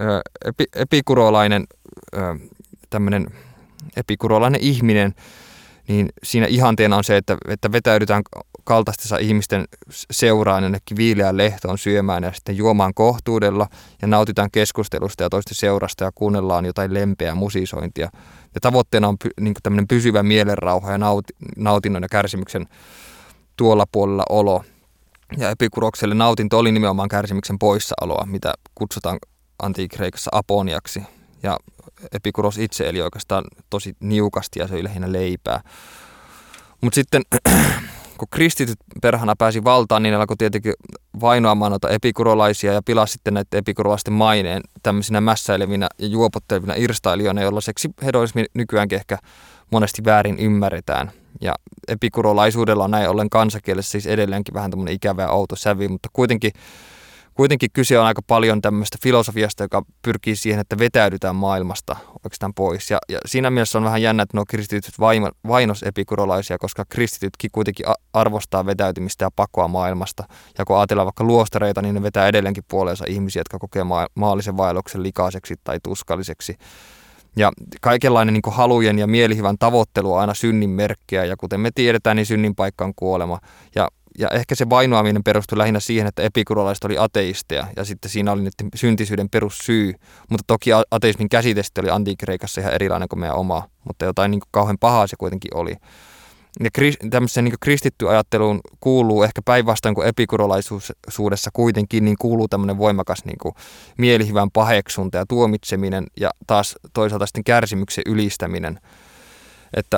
Speaker 3: Tämmöinen epikurolainen ihminen, niin siinä ihanteena on se, että vetäydytään kaltaistensa ihmisten seuraan jonnekin viileään lehtoon syömään ja sitten juomaan kohtuudella ja nautitaan keskustelusta ja toisten seurasta ja kuunnellaan jotain lempeää musisointia. Ja tavoitteena on niin kuin tämmöinen pysyvä mielenrauha ja nautinnon ja kärsimyksen tuolla puolella olo. Ja Epikurokselle nautinto oli nimenomaan kärsimyksen poissaoloa, mitä kutsutaan antiikkikreikassa aponiaksi. Ja Epikuros itse eli oikeastaan tosi niukasti ja söi lähinnä leipää. Mutta sitten kun kristityt perhana pääsi valtaan, niin alkoi tietenkin vainoamaan noita epikurolaisia ja pilasi sitten näiden epikurolaisten maineen tämmöisinä mässäilevinä ja juopottelevina irstailijoina, jolla seksi hedonismi nykyäänkin ehkä monesti väärin ymmärretään. Ja epikurolaisuudella on näin ollen kansakielessä siis edelleenkin vähän tämmöinen ikävä ja outo sävy, mutta kuitenkin kyse on aika paljon tämmöistä filosofiasta, joka pyrkii siihen, että vetäydytään maailmasta oikeastaan pois. Ja siinä mielessä on vähän jännä, että nuo kristityt vainos epikurolaisia, koska kristitytkin kuitenkin arvostaa vetäytymistä ja pakoa maailmasta. Ja kun ajatellaan vaikka luostareita, niin ne vetää edelleenkin puoleensa ihmisiä, jotka kokee maallisen vaelluksen likaiseksi tai tuskalliseksi. Ja kaikenlainen niin kuin halujen ja mielihyvän tavoittelu on aina synnin merkkejä, ja kuten me tiedetään, niin synnin paikka on kuolema. Ja ehkä se vainoaminen perustui lähinnä siihen, että epikurolaiset oli ateisteja, ja sitten siinä oli niiden syntisyyden perussyy. Mutta toki ateismin käsite oli antiikkikreikassa ihan erilainen kuin meidän oma, mutta jotain niin kuin kauhean pahaa se kuitenkin oli. Ja tämmöiseen niin kuin kristitty ajatteluun kuuluu ehkä päinvastoin kuin epikurolaisuudessa kuitenkin, niin kuuluu tämmöinen voimakas niin kuin mielihyvän paheksunta ja tuomitseminen ja taas toisaalta sitten kärsimyksen ylistäminen. Että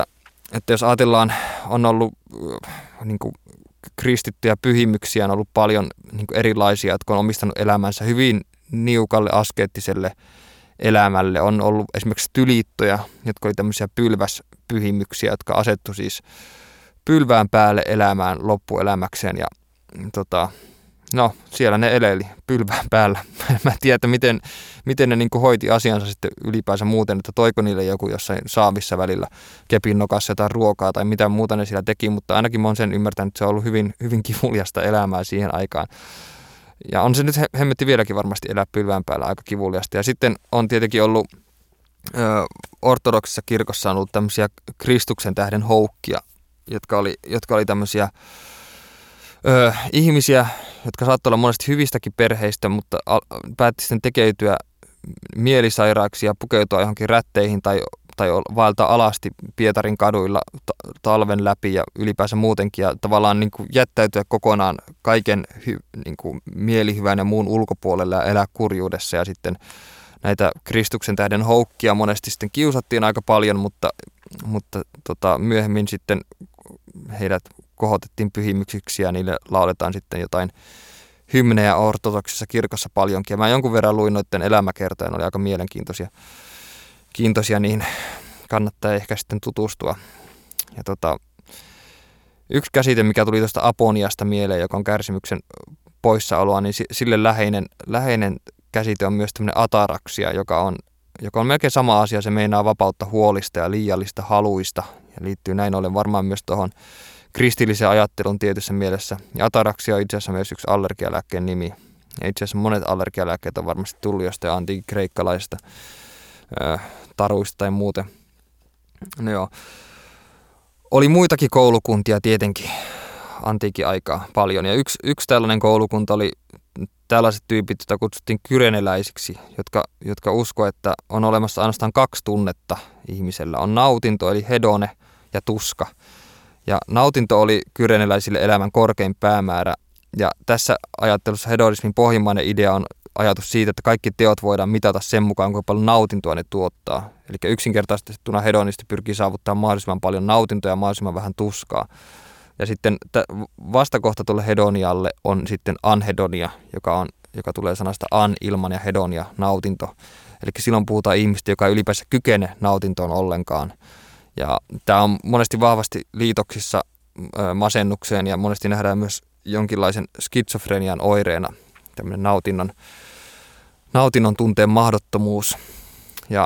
Speaker 3: että jos ajatellaan, on ollut niin kuin kristittyjä pyhimyksiä, on ollut paljon niin kuin erilaisia, jotka on omistanut elämänsä hyvin niukalle askeettiselle elämälle. On ollut esimerkiksi tyliittoja, jotka oli tämmöisiä pylväspyhimyksiä, jotka asettu siis pylvään päälle elämään loppuelämäkseen ja no, siellä ne eleli pylvään päällä. Mä en tiedä, miten ne niin kuin hoiti asiansa sitten ylipäänsä muuten, että toiko niille joku jossain saavissa välillä kepin nokassa jotain ruokaa tai mitä muuta ne siellä teki, mutta ainakin mä oon sen ymmärtänyt, että se on ollut hyvin, hyvin kivuliasta elämää siihen aikaan. Ja on se nyt hemmetti vieläkin varmasti elää pylvään päällä aika kivuliasta. Ja sitten on tietenkin ollut ortodoksissa kirkossa on ollut tämmöisiä Kristuksen tähden houkkia, jotka oli tämmöisiä ihmisiä, jotka saattoi olla monesti hyvistäkin perheistä, mutta päätti sitten tekeytyä mielisairaaksi ja pukeutua johonkin rätteihin tai vaeltaa alasti Pietarin kaduilla talven läpi ja ylipäänsä muutenkin ja tavallaan niin kuin jättäytyä kokonaan kaiken niin kuin mielihyvän ja muun ulkopuolelle ja elää kurjuudessa. Ja sitten näitä Kristuksen tähden houkkia monesti sitten kiusattiin aika paljon, mutta myöhemmin sitten heidät kohotettiin pyhimyksiksi ja niille lauletaan sitten jotain hymnejä ortodoksissa kirkossa paljonkin. Ja mä jonkun verran luin noiden elämäkertoja, ne oli aika mielenkiintoisia, niin kannattaa ehkä sitten tutustua. Ja yksi käsite, mikä tuli tuosta aponiasta mieleen, joka on kärsimyksen poissaoloa, niin sille läheinen käsite on myös tämmöinen ataraksia, joka on melkein sama asia. Se meinaa vapautta huolista ja liiallista haluista ja liittyy näin ollen varmaan myös tuohon kristillisen ajattelun tietyssä mielessä. Ja ataraksia on itse asiassa myös yksi allergialääkkeen nimi. Ja itse asiassa monet allergialääkkeet on varmasti tullut jostain antiikin kreikkalaisista taruista tai muuten. No joo. Oli muitakin koulukuntia tietenkin antiikin aikaa paljon. Ja yksi tällainen koulukunta oli tällaiset tyypit, joita kutsuttiin kyreneläisiksi, jotka uskoo, että on olemassa ainoastaan kaksi tunnetta ihmisellä. On nautinto eli hedone ja tuska. Ja nautinto oli kyreneläisille elämän korkein päämäärä. Ja tässä ajattelussa hedonismin pohjimmainen idea on ajatus siitä, että kaikki teot voidaan mitata sen mukaan, kuinka paljon nautintoa ne tuottaa. Eli yksinkertaistettuna hedonisti pyrkii saavuttamaan mahdollisimman paljon nautintoa ja mahdollisimman vähän tuskaa. Ja sitten vastakohta tuolle hedonialle on sitten anhedonia, joka tulee sanasta an, ilman ja hedonia, nautinto. Eli silloin puhutaan ihmistä, joka ei ylipäänsä kykene nautintoon ollenkaan. Ja tämä on monesti vahvasti liitoksissa masennukseen ja monesti nähdään myös jonkinlaisen skitsofrenian oireena, tämmöinen nautinnon tunteen mahdottomuus. Ja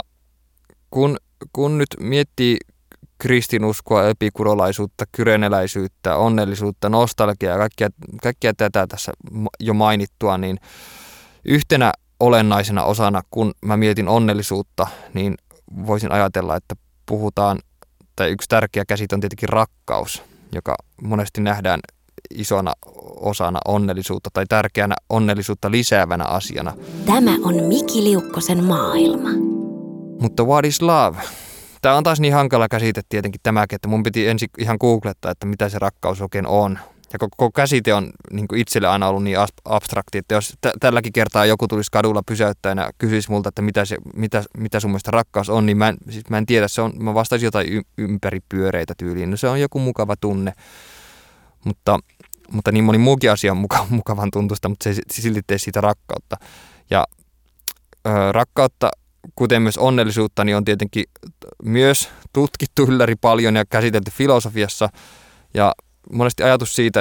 Speaker 3: kun nyt miettii kristinuskoa, epikurolaisuutta, kyreneläisyyttä, onnellisuutta, nostalgiaa ja kaikkia tätä tässä jo mainittua, niin yhtenä olennaisena osana, kun mä mietin onnellisuutta, niin voisin ajatella, että puhutaan, tai yksi tärkeä käsite on tietenkin rakkaus, joka monesti nähdään isona osana onnellisuutta tai tärkeänä onnellisuutta lisäävänä asiana.
Speaker 2: Tämä on Miki Liukkosen maailma.
Speaker 3: Mutta what is love? Tämä on taas niin hankala käsite tietenkin tämäkin, että mun piti ensin ihan googlettaa, että mitä se rakkaus oikein on. Ja koko käsite on niin kuin itselle aina ollut niin abstrakti, että jos tälläkin kertaa joku tulisi kadulla pysäyttäen ja kysyisi multa, että mitä sun mielestä rakkaus on, niin mä en tiedä, mä vastaisin jotain ympäripyöreitä tyyliin. No se on joku mukava tunne, mutta niin moni muukin asia on mukavan tuntuista, mutta se ei silti tee siitä rakkautta. Ja rakkautta, kuten myös onnellisuutta, niin on tietenkin myös tutkittu ylläri paljon ja käsitelty filosofiassa. Ja monesti ajatus siitä,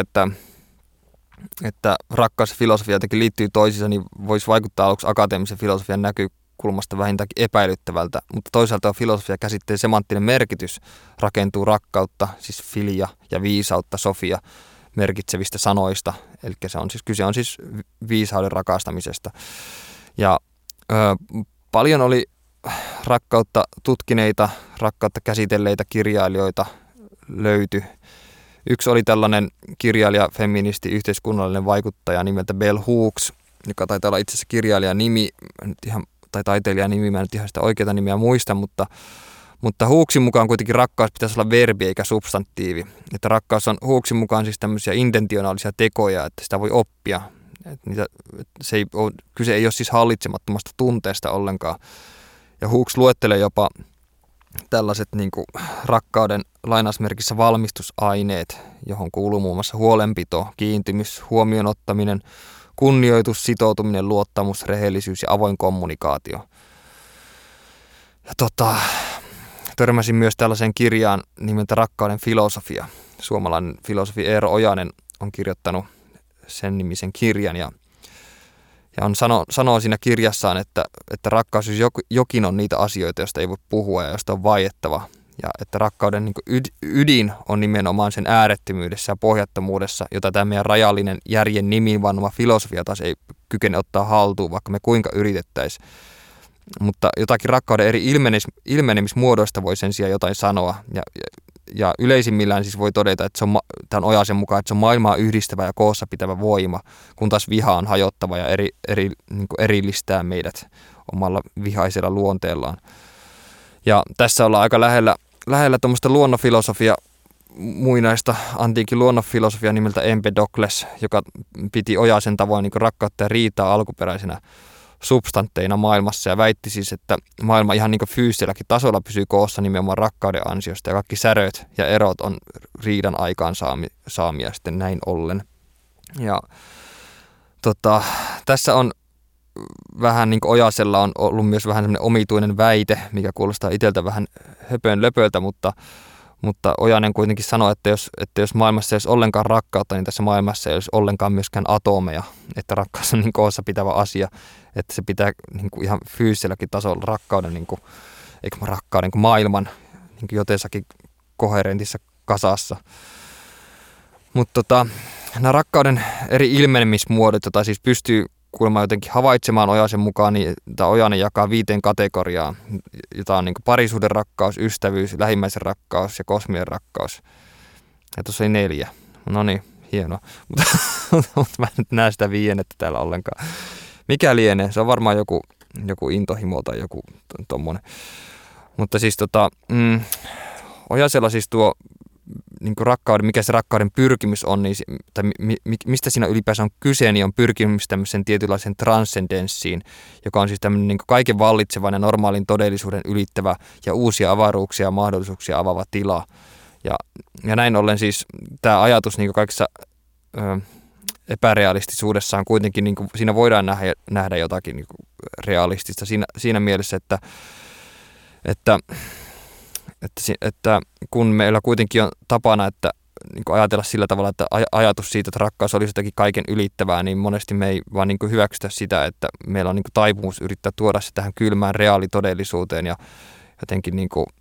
Speaker 3: että rakkaus ja filosofia jotenkin liittyy toisiinsa, niin voisi vaikuttaa aluksi akateemisen filosofian näkökulmasta vähintäänkin epäilyttävältä. Mutta toisaalta filosofia käsitteen semanttinen merkitys rakentuu rakkautta, siis filia ja viisautta, sofia, merkitsevistä sanoista. Eli kyse on siis viisauden rakastamisesta. Ja paljon oli rakkautta tutkineita, rakkautta käsitelleitä kirjailijoita löytyi. Yksi oli tällainen kirjailija, feministi, yhteiskunnallinen vaikuttaja nimeltä Bell Hooks, joka taitaa olla itse asiassa kirjailijan nimi, tai taiteilijan nimi, mä en nyt ihan sitä oikeaa nimeä muista, mutta Hooksin mukaan kuitenkin rakkaus pitäisi olla verbi eikä substantiivi. Että rakkaus on Hooksin mukaan siis tämmöisiä intentionaalisia tekoja, että sitä voi oppia. Kyse ei ole siis hallitsemattomasta tunteesta ollenkaan. Ja Hooks luettelee jopa tällaiset niin kuin rakkauden lainausmerkissä valmistusaineet, johon kuuluu muun muassa huolenpito, kiintymys, huomioon ottaminen, kunnioitus, sitoutuminen, luottamus, rehellisyys ja avoin kommunikaatio. Ja törmäsin myös tällaiseen kirjaan nimeltä Rakkauden filosofia. Suomalainen filosofi Eero Ojanen on kirjoittanut sen nimisen kirjan ja on sanoo siinä kirjassaan, että rakkaus jokin on niitä asioita, joista ei voi puhua ja joista on vaiettava. Ja että rakkauden niin kuin ydin on nimenomaan sen äärettömyydessä ja pohjattomuudessa, jota tämä meidän rajallinen järjen nimiin vannoma filosofia taas ei kykene ottaa haltuun, vaikka me kuinka yritettäisiin. Mutta jotakin rakkauden eri ilmenemismuodoista voi sen sijaan jotain sanoa. Ja yleisimmillään siis voi todeta, että se on tämän Ojasen mukaan, että se on maailmaa yhdistävä ja koossa pitävä voima, kun taas viha on hajottava ja niin kuin erillistää meidät omalla vihaisella luonteellaan. Ja tässä ollaan aika lähellä tuommoista luonnonfilosofia, muinaista antiikin luonnonfilosofia nimeltä Empedokles, joka piti Ojasen tavoin niin kuin rakkautta ja riitaa alkuperäisenä substantteina maailmassa ja väitti siis, että maailma ihan niin kuin fyysiselläkin tasolla pysyy koossa nimenomaan rakkauden ansiosta ja kaikki säröt ja erot on riidan aikaan saamia sitten näin ollen. Ja tässä on vähän niin kuin Ojasella on ollut myös vähän semmoinen omituinen väite, mikä kuulostaa itseltä vähän höpön löpöltä, mutta Ojanen kuitenkin sanoi, että jos maailmassa ei olisi ollenkaan rakkautta, niin tässä maailmassa ei olisi ollenkaan myöskään atomeja, että rakkaus on niin koossa pitävä asia, että se pitää niin kuin ihan fyysiselläkin tasolla rakkauden, niin kuin, eikä rakkauden kuin maailman niin kuin jotensakin koherentissa kasassa. Mutta nämä rakkauden eri ilmenemismuodot, joita siis pystyy kuulemma jotenkin havaitsemaan Ojasen mukaan, niin Ojanen jakaa 5 kategoriaa, jota on niin kuin parisuuden rakkaus, ystävyys, lähimmäisen rakkaus ja kosminen rakkaus. Ja tuossa oli 4. No niin, hienoa. Mutta mä en nyt näe sitä 5 täällä ollenkaan. Mikä lienee? Se on varmaan joku intohimo tai joku tommonen. Mutta siis Ojasella siis tuo niin kuin rakkauden, mikä se rakkauden pyrkimys on, niin, tai mistä siinä ylipäänsä on kyse, niin on pyrkimys tämmöiseen tietynlaiseen transcendenssiin, joka on siis tämmöinen niin kuin kaiken vallitsevan ja normaalin todellisuuden ylittävä ja uusia avaruuksia ja mahdollisuuksia avaava tila. Ja näin ollen siis tämä ajatus niin kuin kaikessa epärealistisuudessaan kuitenkin, niin kuin, siinä voidaan nähdä jotakin niin kuin realistista siinä mielessä, että kun meillä kuitenkin on tapana, että niin kuin ajatella sillä tavalla, että ajatus siitä, että rakkaus olisi jotakin kaiken ylittävää, niin monesti me ei vaan niin kuin hyväksytä sitä, että meillä on niin kuin taipumus yrittää tuoda se tähän kylmään reaalitodellisuuteen ja jotenkin niin kuin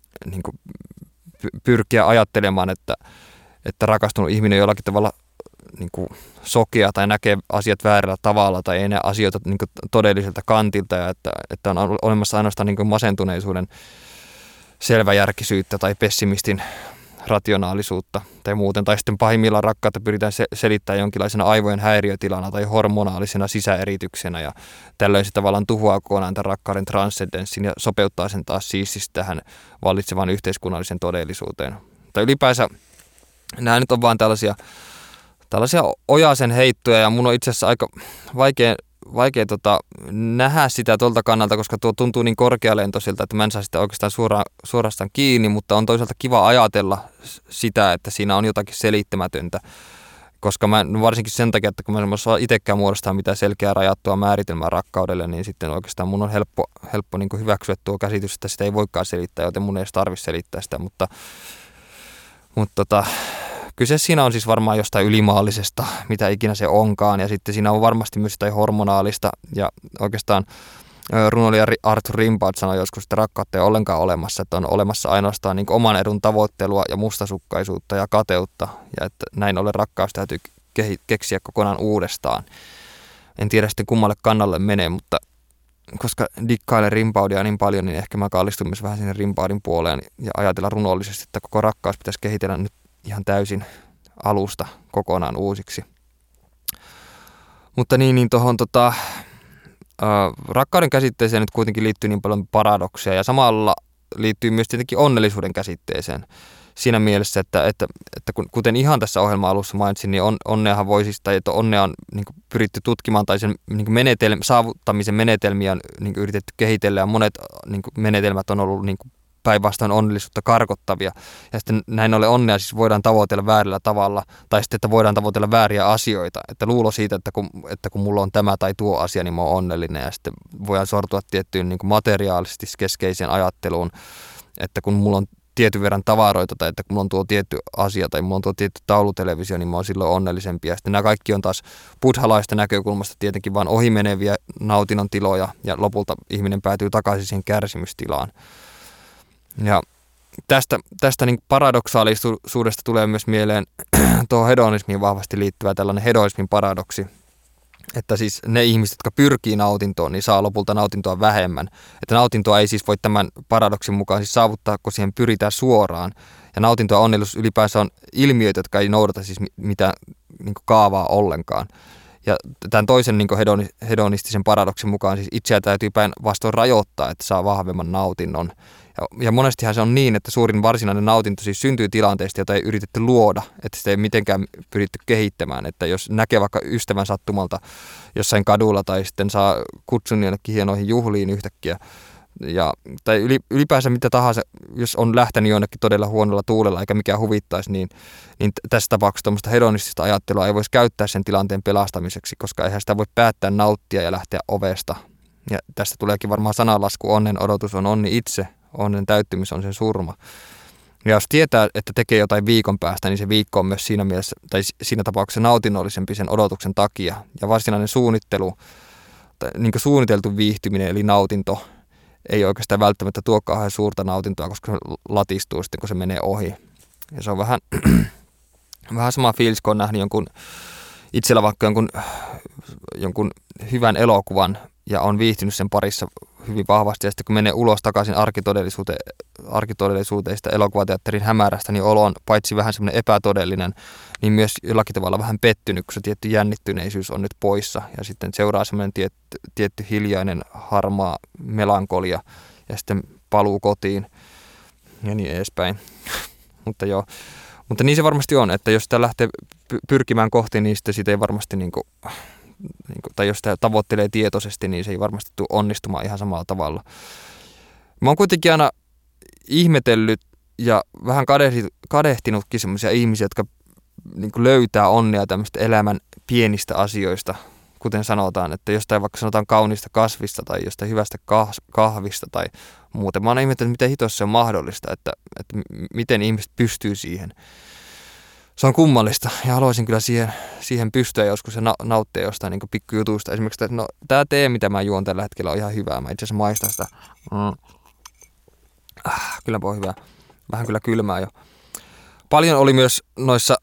Speaker 3: pyrkiä ajattelemaan, että rakastunut ihminen on jollakin tavalla niin kuin sokea tai näkee asiat väärällä tavalla tai ei näe asioita niin kuin todelliselta kantilta ja että on olemassa ainoastaan niin kuin masentuneisuuden selväjärkisyyttä tai pessimistin rationaalisuutta tai muuten. Tai sitten pahimmillaan rakkautta pyritään selittämään jonkinlaisena aivojen häiriötilana tai hormonaalisena sisäerityksenä ja tällöin se tavallaan tuhoaa kokonaan tämän rakkauden transcendenssin ja sopeuttaa sen taas siististi tähän vallitsevaan yhteiskunnalliseen todellisuuteen. Tai ylipäänsä nämä nyt on vaan tällaisia Ojasen heittoja ja mun on itse asiassa aika vaikea nähdä sitä tuolta kannalta, koska tuo tuntuu niin korkealentoisilta, että mä en saa sitä oikeastaan suorastaan kiinni, mutta on toisaalta kiva ajatella sitä, että siinä on jotakin selittämätöntä, koska varsinkin sen takia, että kun mä en saa itsekään muodostaa mitään selkeää rajattua määritelmää rakkaudelle, niin sitten oikeastaan mun on helppo niin kuin hyväksyä tuo käsitys, että sitä ei voikaan selittää, joten mun ei edes tarvitse selittää sitä, mutta kyse siinä on siis varmaan jostain ylimaallisesta, mitä ikinä se onkaan, ja sitten siinä on varmasti myös jotain hormonaalista, ja oikeastaan runoilija Arthur Rimbaud sanoi joskus, että rakkautta ei ole ollenkaan olemassa, että on olemassa ainoastaan niin kuin oman edun tavoittelua ja mustasukkaisuutta ja kateutta, ja että näin ollen rakkaus täytyy keksiä kokonaan uudestaan. En tiedä sitten kummalle kannalle menee, mutta koska dikkailen Rimbaudia niin paljon, niin ehkä mä kallistun myös vähän sinne Rimbaudin puoleen ja ajatella runollisesti, että koko rakkaus pitäisi kehitellä nyt ihan täysin alusta kokonaan uusiksi. Mutta niin tuohon rakkauden käsitteeseen nyt kuitenkin liittyy niin paljon paradoksia ja samalla liittyy myös tietenkin onnellisuuden käsitteeseen. Siinä mielessä, että kuten ihan tässä ohjelman alussa mainitsin, niin onneahan voi siis, tai että onnea on niin kuin pyritty tutkimaan tai sen niin kuin saavuttamisen menetelmiä on niin kuin yritetty kehitellä ja monet niin kuin menetelmät on ollut niin kuin päinvastoin onnellisuutta karkottavia. Ja sitten näin ollen onnea siis voidaan tavoitella väärällä tavalla, tai sitten, että voidaan tavoitella vääriä asioita. Että luulo siitä, että kun mulla on tämä tai tuo asia, niin mä oon onnellinen. Ja sitten voidaan sortua tiettyyn niin kuin materiaalisesti keskeiseen ajatteluun, että kun mulla on tietyn verran tavaroita tai että kun mulla on tuo tietty asia tai mulla on tuo tietty taulutelevisio, niin mä oon silloin onnellisempi. Ja sitten nämä kaikki on taas buddhalaista näkökulmasta tietenkin vain ohimeneviä nautinnon tiloja ja lopulta ihminen päätyy takaisin siihen kärsimystilaan. Ja tästä niin paradoksaalisuudesta tulee myös mieleen tuohon hedonismiin vahvasti liittyvä tällainen hedonismin paradoksi. Että siis ne ihmiset, jotka pyrkii nautintoon, niin saa lopulta nautintoa vähemmän. Että nautintoa ei siis voi tämän paradoksin mukaan siis saavuttaa, kun siihen pyritään suoraan. Ja nautinto ja onnellisuus ylipäänsä on ilmiöitä, jotka ei noudata siis mitään niin kuin kaavaa ollenkaan. Ja tämän toisen niin kuin hedonistisen paradoksin mukaan siis itseä täytyy päinvastoin rajoittaa, että saa vahvemman nautinnon. Ja monestihan se on niin, että suurin varsinainen nautinto siis syntyy tilanteesta, jota ei yritetty luoda, että sitä ei mitenkään pyritty kehittämään. Että jos näkee vaikka ystävän sattumalta jossain kadulla tai sitten saa kutsun jonnekin hienoihin juhliin yhtäkkiä, tai ylipäänsä mitä tahansa, jos on lähtenyt jonnekin todella huonolla tuulella eikä mikään huvittaisi, niin tässä tapauksessa tuommoista hedonistista ajattelua ei voisi käyttää sen tilanteen pelastamiseksi, koska eihän sitä voi päättää nauttia ja lähteä ovesta. Ja tästä tuleekin varmaan sananlasku, onnen odotus on onni itse, onnen täyttymys on sen surma. Ja jos tietää, että tekee jotain viikon päästä, niin se viikko on myös siinä mielessä, tai siinä tapauksessa nautinnollisempi sen odotuksen takia. Ja varsinainen suunnittelu, tai niin kuin suunniteltu viihtyminen eli nautinto, ei oikeastaan välttämättä tuokaan suurta nautintoa, koska se latistuu sitten, kun se menee ohi. Ja se on vähän sama fiilis, kun on nähnyt itsellä vaikka jonkun hyvän elokuvan ja on viihtynyt sen parissa hyvin vahvasti. Ja sitten kun menee ulos takaisin arkitodellisuuteen sitä elokuvateatterin hämärästä, niin olo on paitsi vähän semmoinen epätodellinen, niin myös jollakin tavalla vähän pettynyt, kun se tietty jännittyneisyys on nyt poissa. Ja sitten seuraa semmoinen tietty hiljainen, harmaa melankolia ja sitten paluu kotiin ja niin edespäin. Mutta niin se varmasti on, että jos sitä lähtee pyrkimään kohti, niin sitten siitä ei varmasti tai jos sitä tavoittelee tietoisesti, niin se ei varmasti tule onnistumaan ihan samalla tavalla. Mä oon kuitenkin aina ihmetellyt ja vähän kadehtinutkin semmoisia ihmisiä, jotka niin kuin löytää onnea tämmöistä elämän pienistä asioista, kuten sanotaan, että jostain vaikka sanotaan kaunista kasvista tai jostain hyvästä kahvista tai muuten. Mä oon ihmetellyt, miten hitossa se on mahdollista, että miten ihmiset pystyy siihen. Se on kummallista ja haluaisin kyllä siihen pystyä joskus ja nauttia jostain niin pikkujutuista. Esimerkiksi, että tämä tee, mitä mä juon tällä hetkellä, on ihan hyvää. Mä itse asiassa maistan sitä. Kylläpä on hyvää. Vähän kyllä kylmää jo. Paljon oli myös noissa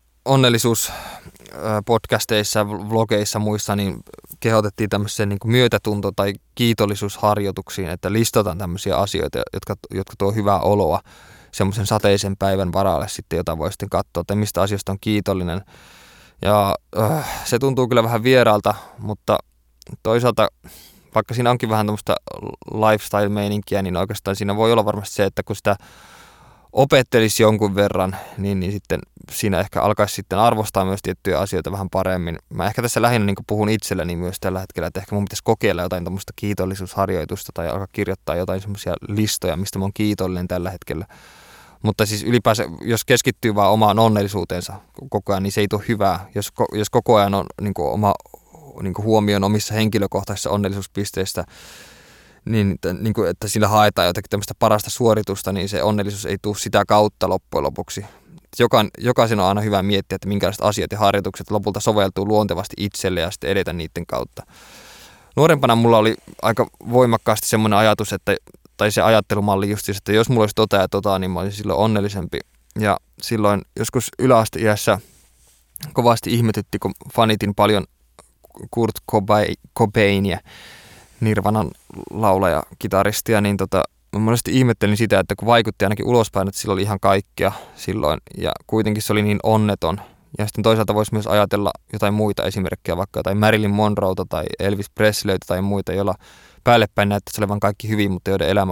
Speaker 3: onnellisuuspodcasteissa, vlogeissa muissa, niin kehotettiin tämmöiseen niin myötätunto- tai kiitollisuusharjoituksiin, että listataan tämmöisiä asioita, jotka tuo hyvää oloa semmoisen sateisen päivän varalle sitten, jota voi sitten katsoa, että mistä asioista on kiitollinen. Ja se tuntuu kyllä vähän vieraalta, mutta toisaalta vaikka siinä onkin vähän tämmöistä lifestyle-meininkiä, niin oikeastaan siinä voi olla varmasti se, että kun sitä opettelisi jonkun verran, niin sitten siinä ehkä alkaisi sitten arvostaa myös tiettyjä asioita vähän paremmin. Mä ehkä tässä lähinnä niin puhun itselleni myös tällä hetkellä, että ehkä mun pitäisi kokeilla jotain tämmöistä kiitollisuusharjoitusta tai alkaa kirjoittaa jotain semmoisia listoja, mistä mä oon kiitollinen tällä hetkellä. Mutta siis ylipäänsä, jos keskittyy vaan omaan onnellisuuteensa koko ajan, niin se ei tule hyvää. Jos koko ajan on niin oma niin huomioon omissa henkilökohtaisissa onnellisuuspisteistä, niin että sillä haetaan jotakin tämmöistä parasta suoritusta, niin se onnellisuus ei tule sitä kautta loppujen lopuksi. Jokaisen on aina hyvä miettiä, että minkälaiset asiat ja harjoitukset lopulta soveltuu luontevasti itselle ja sitten edetä niiden kautta. Nuorempana mulla oli aika voimakkaasti semmoinen ajatus, tai se ajattelumalli just että jos mulla olisi niin mä olisin silloin onnellisempi. Ja silloin joskus yläasteiässä kovasti ihmetytti, kun fanitin paljon Kurt Cobainia, Nirvanan laulaja, kitaristia, niin mä monesti ihmettelin sitä, että kun vaikutti ainakin ulospäin, että sillä oli ihan kaikkea silloin, ja kuitenkin se oli niin onneton. Ja sitten toisaalta voisi myös ajatella jotain muita esimerkkejä, vaikka jotain Marilyn Monroeta tai Elvis Presleytä tai muita, joilla päällepäin näyttäisi olevan kaikki hyvin, mutta joiden elämä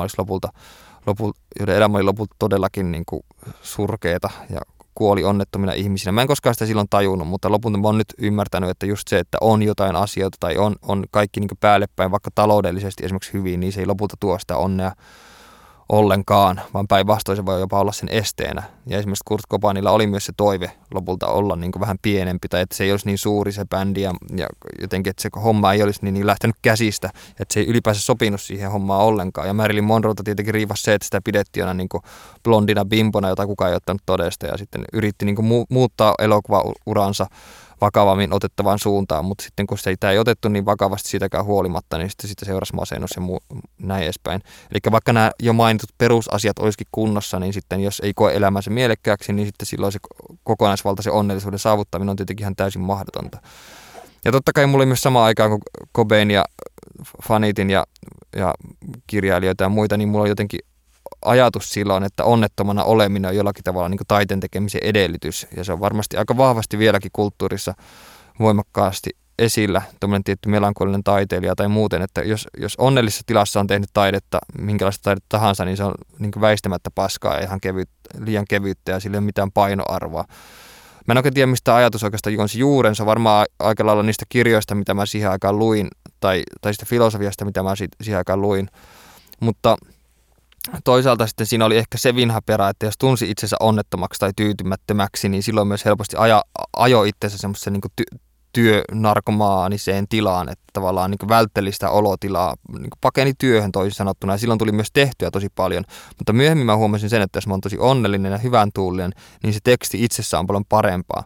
Speaker 3: oli lopulta todellakin niin kuin surkeeta ja kuoli onnettomina ihmisinä. Mä en koskaan sitä silloin tajunnut, mutta lopulta mä oon nyt ymmärtänyt, että just se, että on jotain asioita tai on kaikki niin kuin päällepäin, vaikka taloudellisesti esimerkiksi hyvin, niin se ei lopulta tuo sitä ollenkaan, vaan päinvastoin se voi jopa olla sen esteenä. Ja esimerkiksi Kurt Cobainilla oli myös se toive lopulta olla niin kuin vähän pienempi, tai että se ei olisi niin suuri se bändi, ja jotenkin, että se homma ei olisi niin lähtenyt käsistä, että se ei ylipäänsä sopinut siihen hommaan ollenkaan. Ja Marilyn Monroeta tietenkin riivasi se, että sitä pidettiin aina niin kuin blondina bimbona, jota kukaan ei ottanut todesta, ja sitten yritti niin kuin muuttaa elokuvauransa vakavammin otettavaan suuntaan, mutta sitten kun sitä ei otettu niin vakavasti siitäkään huolimatta, niin sitten seurasi masennus ja näin edespäin. Eli vaikka nämä jo mainitut perusasiat olisikin kunnossa, niin sitten jos ei koe elämänsä mielekkääksi, niin sitten silloin se kokonaisvaltaisen onnellisuuden saavuttaminen on tietenkin ihan täysin mahdotonta. Ja totta kai mulla oli myös samaan aikaan kuin Cobain ja fanitin ja kirjailijoita ja muita, niin mulla oli jotenkin ajatus silloin, että onnettomana oleminen on jollakin tavalla niin kuin taiteen tekemisen edellytys. Ja se on varmasti aika vahvasti vieläkin kulttuurissa voimakkaasti esillä, tuommoinen tietty melankolinen taiteilija tai muuten, että jos onnellisessa tilassa on tehnyt taidetta, minkälaista taidetta tahansa, niin se on niin kuin väistämättä paskaa ja ihan liian kevyttä ja sillä ei ole mitään painoarvoa. Mä en oikein tiedä, mistä ajatus oikeastaan juonsi juurensa, varmaan aika lailla niistä kirjoista, mitä mä siihen aikaan luin, tai sitä filosofiasta, mitä mä siihen aikaan luin, mutta toisaalta sitten siinä oli ehkä se vinhaperä, että jos tunsi itsensä onnettomaksi tai tyytymättömäksi, niin silloin myös helposti ajo itsensä semmoiseen niin työnarkomaaniseen tilaan, että tavallaan niin vältteli sitä olotilaa, niin pakeni työhön toisin sanottuna, ja silloin tuli myös tehtyä tosi paljon. Mutta myöhemmin mä huomasin sen, että jos mä oon tosi onnellinen ja hyvän tuulinen, niin se teksti itsessään on paljon parempaa,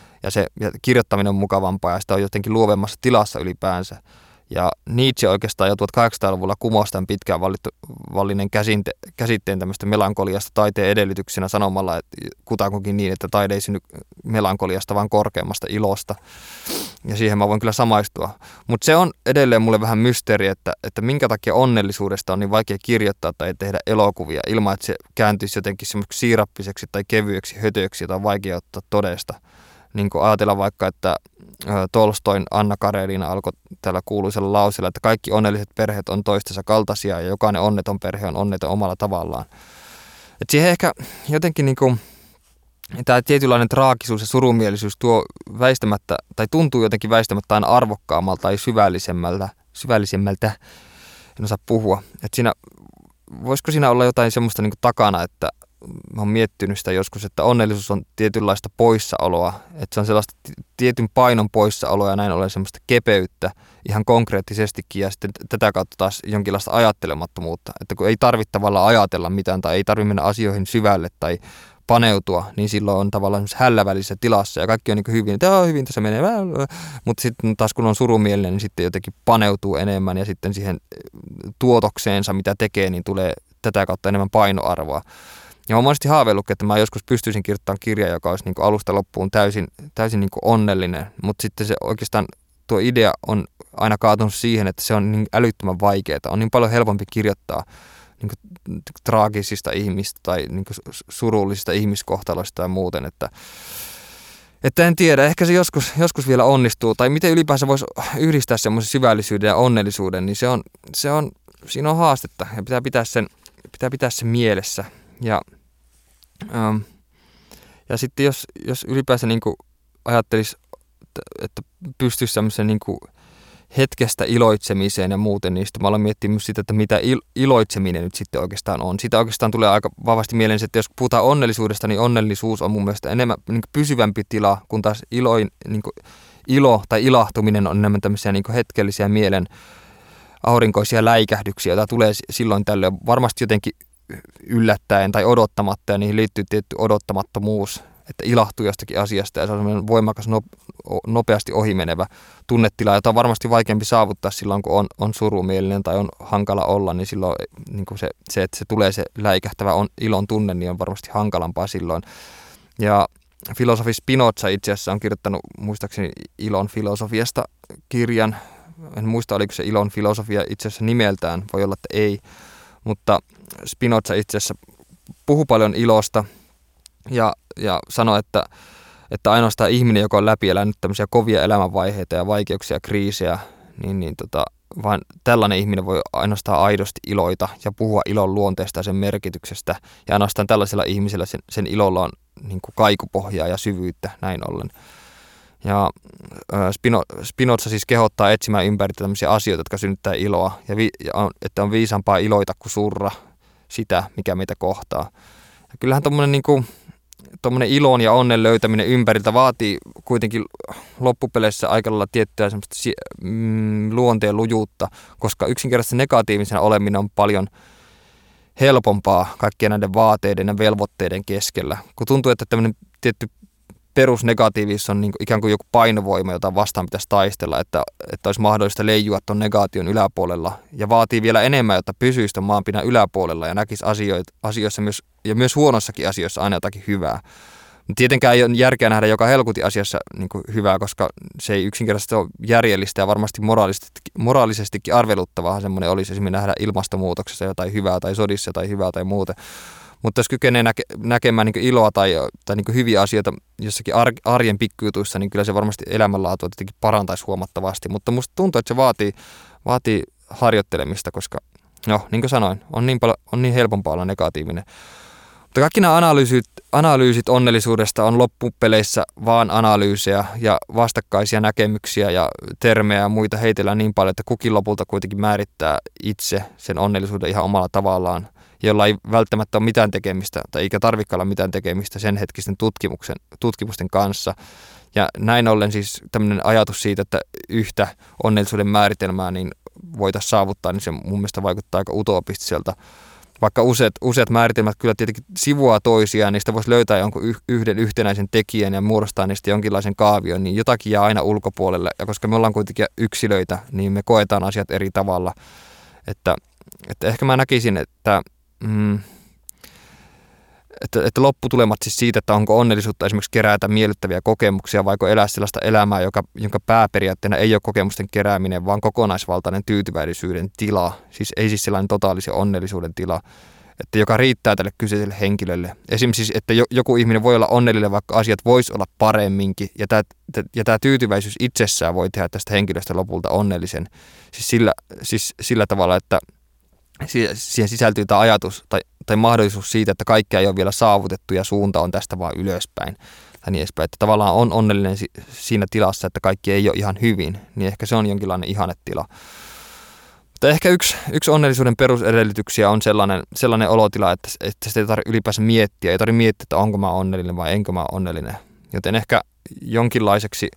Speaker 3: ja kirjoittaminen on mukavampaa, ja sitä on jotenkin luovemmassa tilassa ylipäänsä. Ja Nietzsche oikeastaan jo 1800-luvulla kumosi tämän pitkään vallinneen käsitteen tämmöistä melankoliasta taiteen edellytyksenä sanomalla, että kutakuinkin niin, että taide ei synny melankoliasta, vaan korkeammasta ilosta. Ja siihen mä voin kyllä samaistua. Mutta se on edelleen mulle vähän mysteeri, että minkä takia onnellisuudesta on niin vaikea kirjoittaa tai tehdä elokuvia ilman, että se kääntyisi jotenkin semmoiseksi siirappiseksi tai kevyeksi hötöksi, jota on vaikea ottaa todesta. Niin kuin ajatella vaikka, että Tolstoin Anna Karenina alkoi tällä kuuluisella lauseella, että kaikki onnelliset perheet on toistensa kaltaisia ja jokainen onneton perhe on onneton omalla tavallaan. Et siihen ehkä jotenkin niin kuin, tämä tietynlainen traagisuus ja surumielisyys tuo väistämättä, tai tuntuu jotenkin väistämättä aina arvokkaammalta tai syvällisemmältä, en osaa puhua. Et voisiko siinä olla jotain semmoista niin kuin takana, että mä oon miettinyt sitä joskus, että onnellisuus on tietynlaista poissaoloa, että se on sellaista tietyn painon poissaoloa ja näin ollen semmoista kepeyttä ihan konkreettisestikin ja sitten tätä kautta taas jonkinlaista ajattelemattomuutta, että kun ei tarvitse tavallaan ajatella mitään tai ei tarvitse mennä asioihin syvälle tai paneutua, niin silloin on tavallaan hällävälisessä tilassa ja kaikki on niin hyvin, että hyvin tässä menee, mutta sitten taas kun on surumielinen, niin sitten jotenkin paneutuu enemmän ja sitten siihen tuotokseensa, mitä tekee, niin tulee tätä kautta enemmän painoarvoa. Ja mä oon monesti haaveillutkin, että mä joskus pystyisin kirjoittamaan kirjan, joka olisi niin kuin alusta loppuun täysin niin kuin onnellinen, mutta sitten se oikeastaan tuo idea on aina kaatunut siihen, että se on niin älyttömän vaikeaa. On niin paljon helpompi kirjoittaa niin kuin traagisista ihmistä tai niin kuin surullisista ihmiskohtaloista ja muuten, että en tiedä, ehkä se joskus vielä onnistuu, tai miten ylipäänsä voisi yhdistää semmoisen syvällisyyden ja onnellisuuden, niin siinä on haastetta ja pitää pitää se mielessä. Ja sitten jos ylipäänsä niin kuin ajattelisi, että pystyisi semmoisen niin kuin hetkestä iloitsemiseen ja muuten, niin sitten mä aloin miettiä myös sitä, että mitä iloitseminen nyt sitten oikeastaan on. Siitä oikeastaan tulee aika vahvasti mieleen, että jos puhutaan onnellisuudesta, niin onnellisuus on mun mielestä enemmän niin kuin pysyvämpi tila, kun taas ilo tai ilahtuminen on enemmän tämmöisiä niin kuin hetkellisiä mielen aurinkoisia läikähdyksiä, joita tulee silloin tällöin varmasti jotenkin yllättäen tai odottamatta, ja niihin liittyy tietty odottamattomuus, että ilahtuu jostakin asiasta, ja se on semmoinen voimakas, nopeasti ohimenevä tunnetila, jota on varmasti vaikeampi saavuttaa silloin, kun on surumielinen tai on hankala olla, niin silloin niin kuin se, että se tulee se läikähtävä ilon tunne, niin on varmasti hankalampaa silloin. Ja filosofi Spinoza itse asiassa on kirjoittanut muistaakseni ilon filosofiasta kirjan. En muista, oliko se ilon filosofia itse asiassa nimeltään, voi olla, että ei. Mutta Spinoza itse asiassa puhui paljon ilosta ja sanoi, että ainoastaan ihminen, joka on läpi elänyt tämmöisiä kovia elämänvaiheita ja vaikeuksia ja kriisejä, vaan tällainen ihminen voi ainoastaan aidosti iloita ja puhua ilon luonteesta ja sen merkityksestä. Ja ainoastaan tällaisella ihmisellä sen ilolla on niin kuin kaikupohjaa ja syvyyttä näin ollen. Ja Spinoza siis kehottaa etsimään ympäri tämmöisiä asioita, jotka synnyttää iloa, ja että on viisampaa iloita kuin surra. sitä, mikä meitä kohtaa. Ja kyllähän tommoinen ilon ja onnen löytäminen ympäriltä vaatii kuitenkin loppupeleissä aika lailla tiettyä semmoista luonteen lujuutta, koska yksinkertaisesti negatiivisena oleminen on paljon helpompaa kaikkien näiden vaateiden ja velvoitteiden keskellä. Kun tuntuu, että tämmöinen tietty perusnegatiivisuus on niin kuin ikään kuin joku painovoima, jota vastaan pitäisi taistella, että olisi mahdollista leijua tuon negaation yläpuolella ja vaatii vielä enemmän, jotta pysyisi tuon maanpinnan yläpuolella ja näkisi asioissa myös huonossakin asioissa aina jotakin hyvää. Tietenkään ei ole järkeä nähdä joka helkutin asiassa niin kuin hyvää, koska se ei yksinkertaisesti ole järjellistä ja varmasti moraalisestikin arveluttavaa semmoinen olisi esimerkiksi nähdä ilmastonmuutoksessa jotain hyvää tai sodissa tai hyvää tai muuta. Mutta jos kykenee näkemään niin iloa tai niin hyviä asioita jossakin arjen pikkujutuissa, niin kyllä se varmasti elämänlaatua tietenkin parantaisi huomattavasti. Mutta musta tuntuu, että se vaatii harjoittelemista, koska niin kuin sanoin, on niin helpompaa olla negatiivinen. Mutta kaikki nämä analyysit onnellisuudesta on loppupeleissä vaan analyysejä ja vastakkaisia näkemyksiä ja termejä ja muita heitellään niin paljon, että kukin lopulta kuitenkin määrittää itse sen onnellisuuden ihan omalla tavallaan, jolla ei välttämättä ole mitään tekemistä tai eikä tarvitse olla mitään tekemistä sen hetkisten tutkimusten kanssa. Ja näin ollen siis tämmöinen ajatus siitä, että yhtä onnellisuuden määritelmää niin voitaisiin saavuttaa, niin se mun mielestä vaikuttaa aika utopistiselta. Vaikka useat määritelmät kyllä tietenkin sivuaa toisiaan, niistä voisi löytää jonkun yhden yhtenäisen tekijän ja muodostaa niistä jonkinlaisen kaavion, niin jotakin jää aina ulkopuolelle. Ja koska me ollaan kuitenkin yksilöitä, niin me koetaan asiat eri tavalla. Että ehkä mä näkisin, että lopputulemat siis siitä, että onko onnellisuutta esimerkiksi kerätä miellyttäviä kokemuksia, vaiko elää sellaista elämää, jonka pääperiaatteena ei ole kokemusten kerääminen, vaan kokonaisvaltainen tyytyväisyyden tila. Siis ei siis sellainen totaalisen onnellisuuden tila, että joka riittää tälle kyseiselle henkilölle. Esimerkiksi siis, että joku ihminen voi olla onnellinen, vaikka asiat voisi olla paremminkin, ja tämä tyytyväisyys itsessään voi tehdä tästä henkilöstä lopulta onnellisen. Siis sillä tavalla, että siihen sisältyy tämä ajatus tai mahdollisuus siitä, että kaikkea ei ole vielä saavutettu ja suunta on tästä vaan ylöspäin. Tai niin edespäin, että tavallaan on onnellinen siinä tilassa, että kaikki ei ole ihan hyvin, niin ehkä se on jonkinlainen ihannetila. Mutta ehkä yksi onnellisuuden perusedellytyksiä on sellainen olotila, että sitä ei tarvitse ylipäänsä miettiä. Ei tarvitse miettiä, että onko mä onnellinen vai enkö mä onnellinen. Joten ehkä jonkinlaiseksi,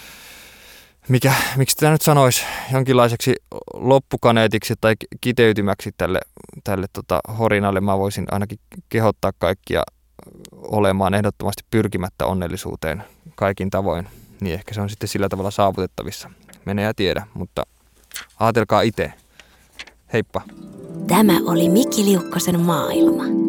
Speaker 3: miksi tämä nyt sanoisi, jonkinlaiseksi loppukaneetiksi tai kiteytymäksi tälle horinalle mä voisin ainakin kehottaa kaikkia olemaan ehdottomasti pyrkimättä onnellisuuteen kaikin tavoin. Niin ehkä se on sitten sillä tavalla saavutettavissa. Mene ja tiedä, mutta ajatelkaa itse. Heippa.
Speaker 2: Tämä oli Mikki Liukkosen maailma.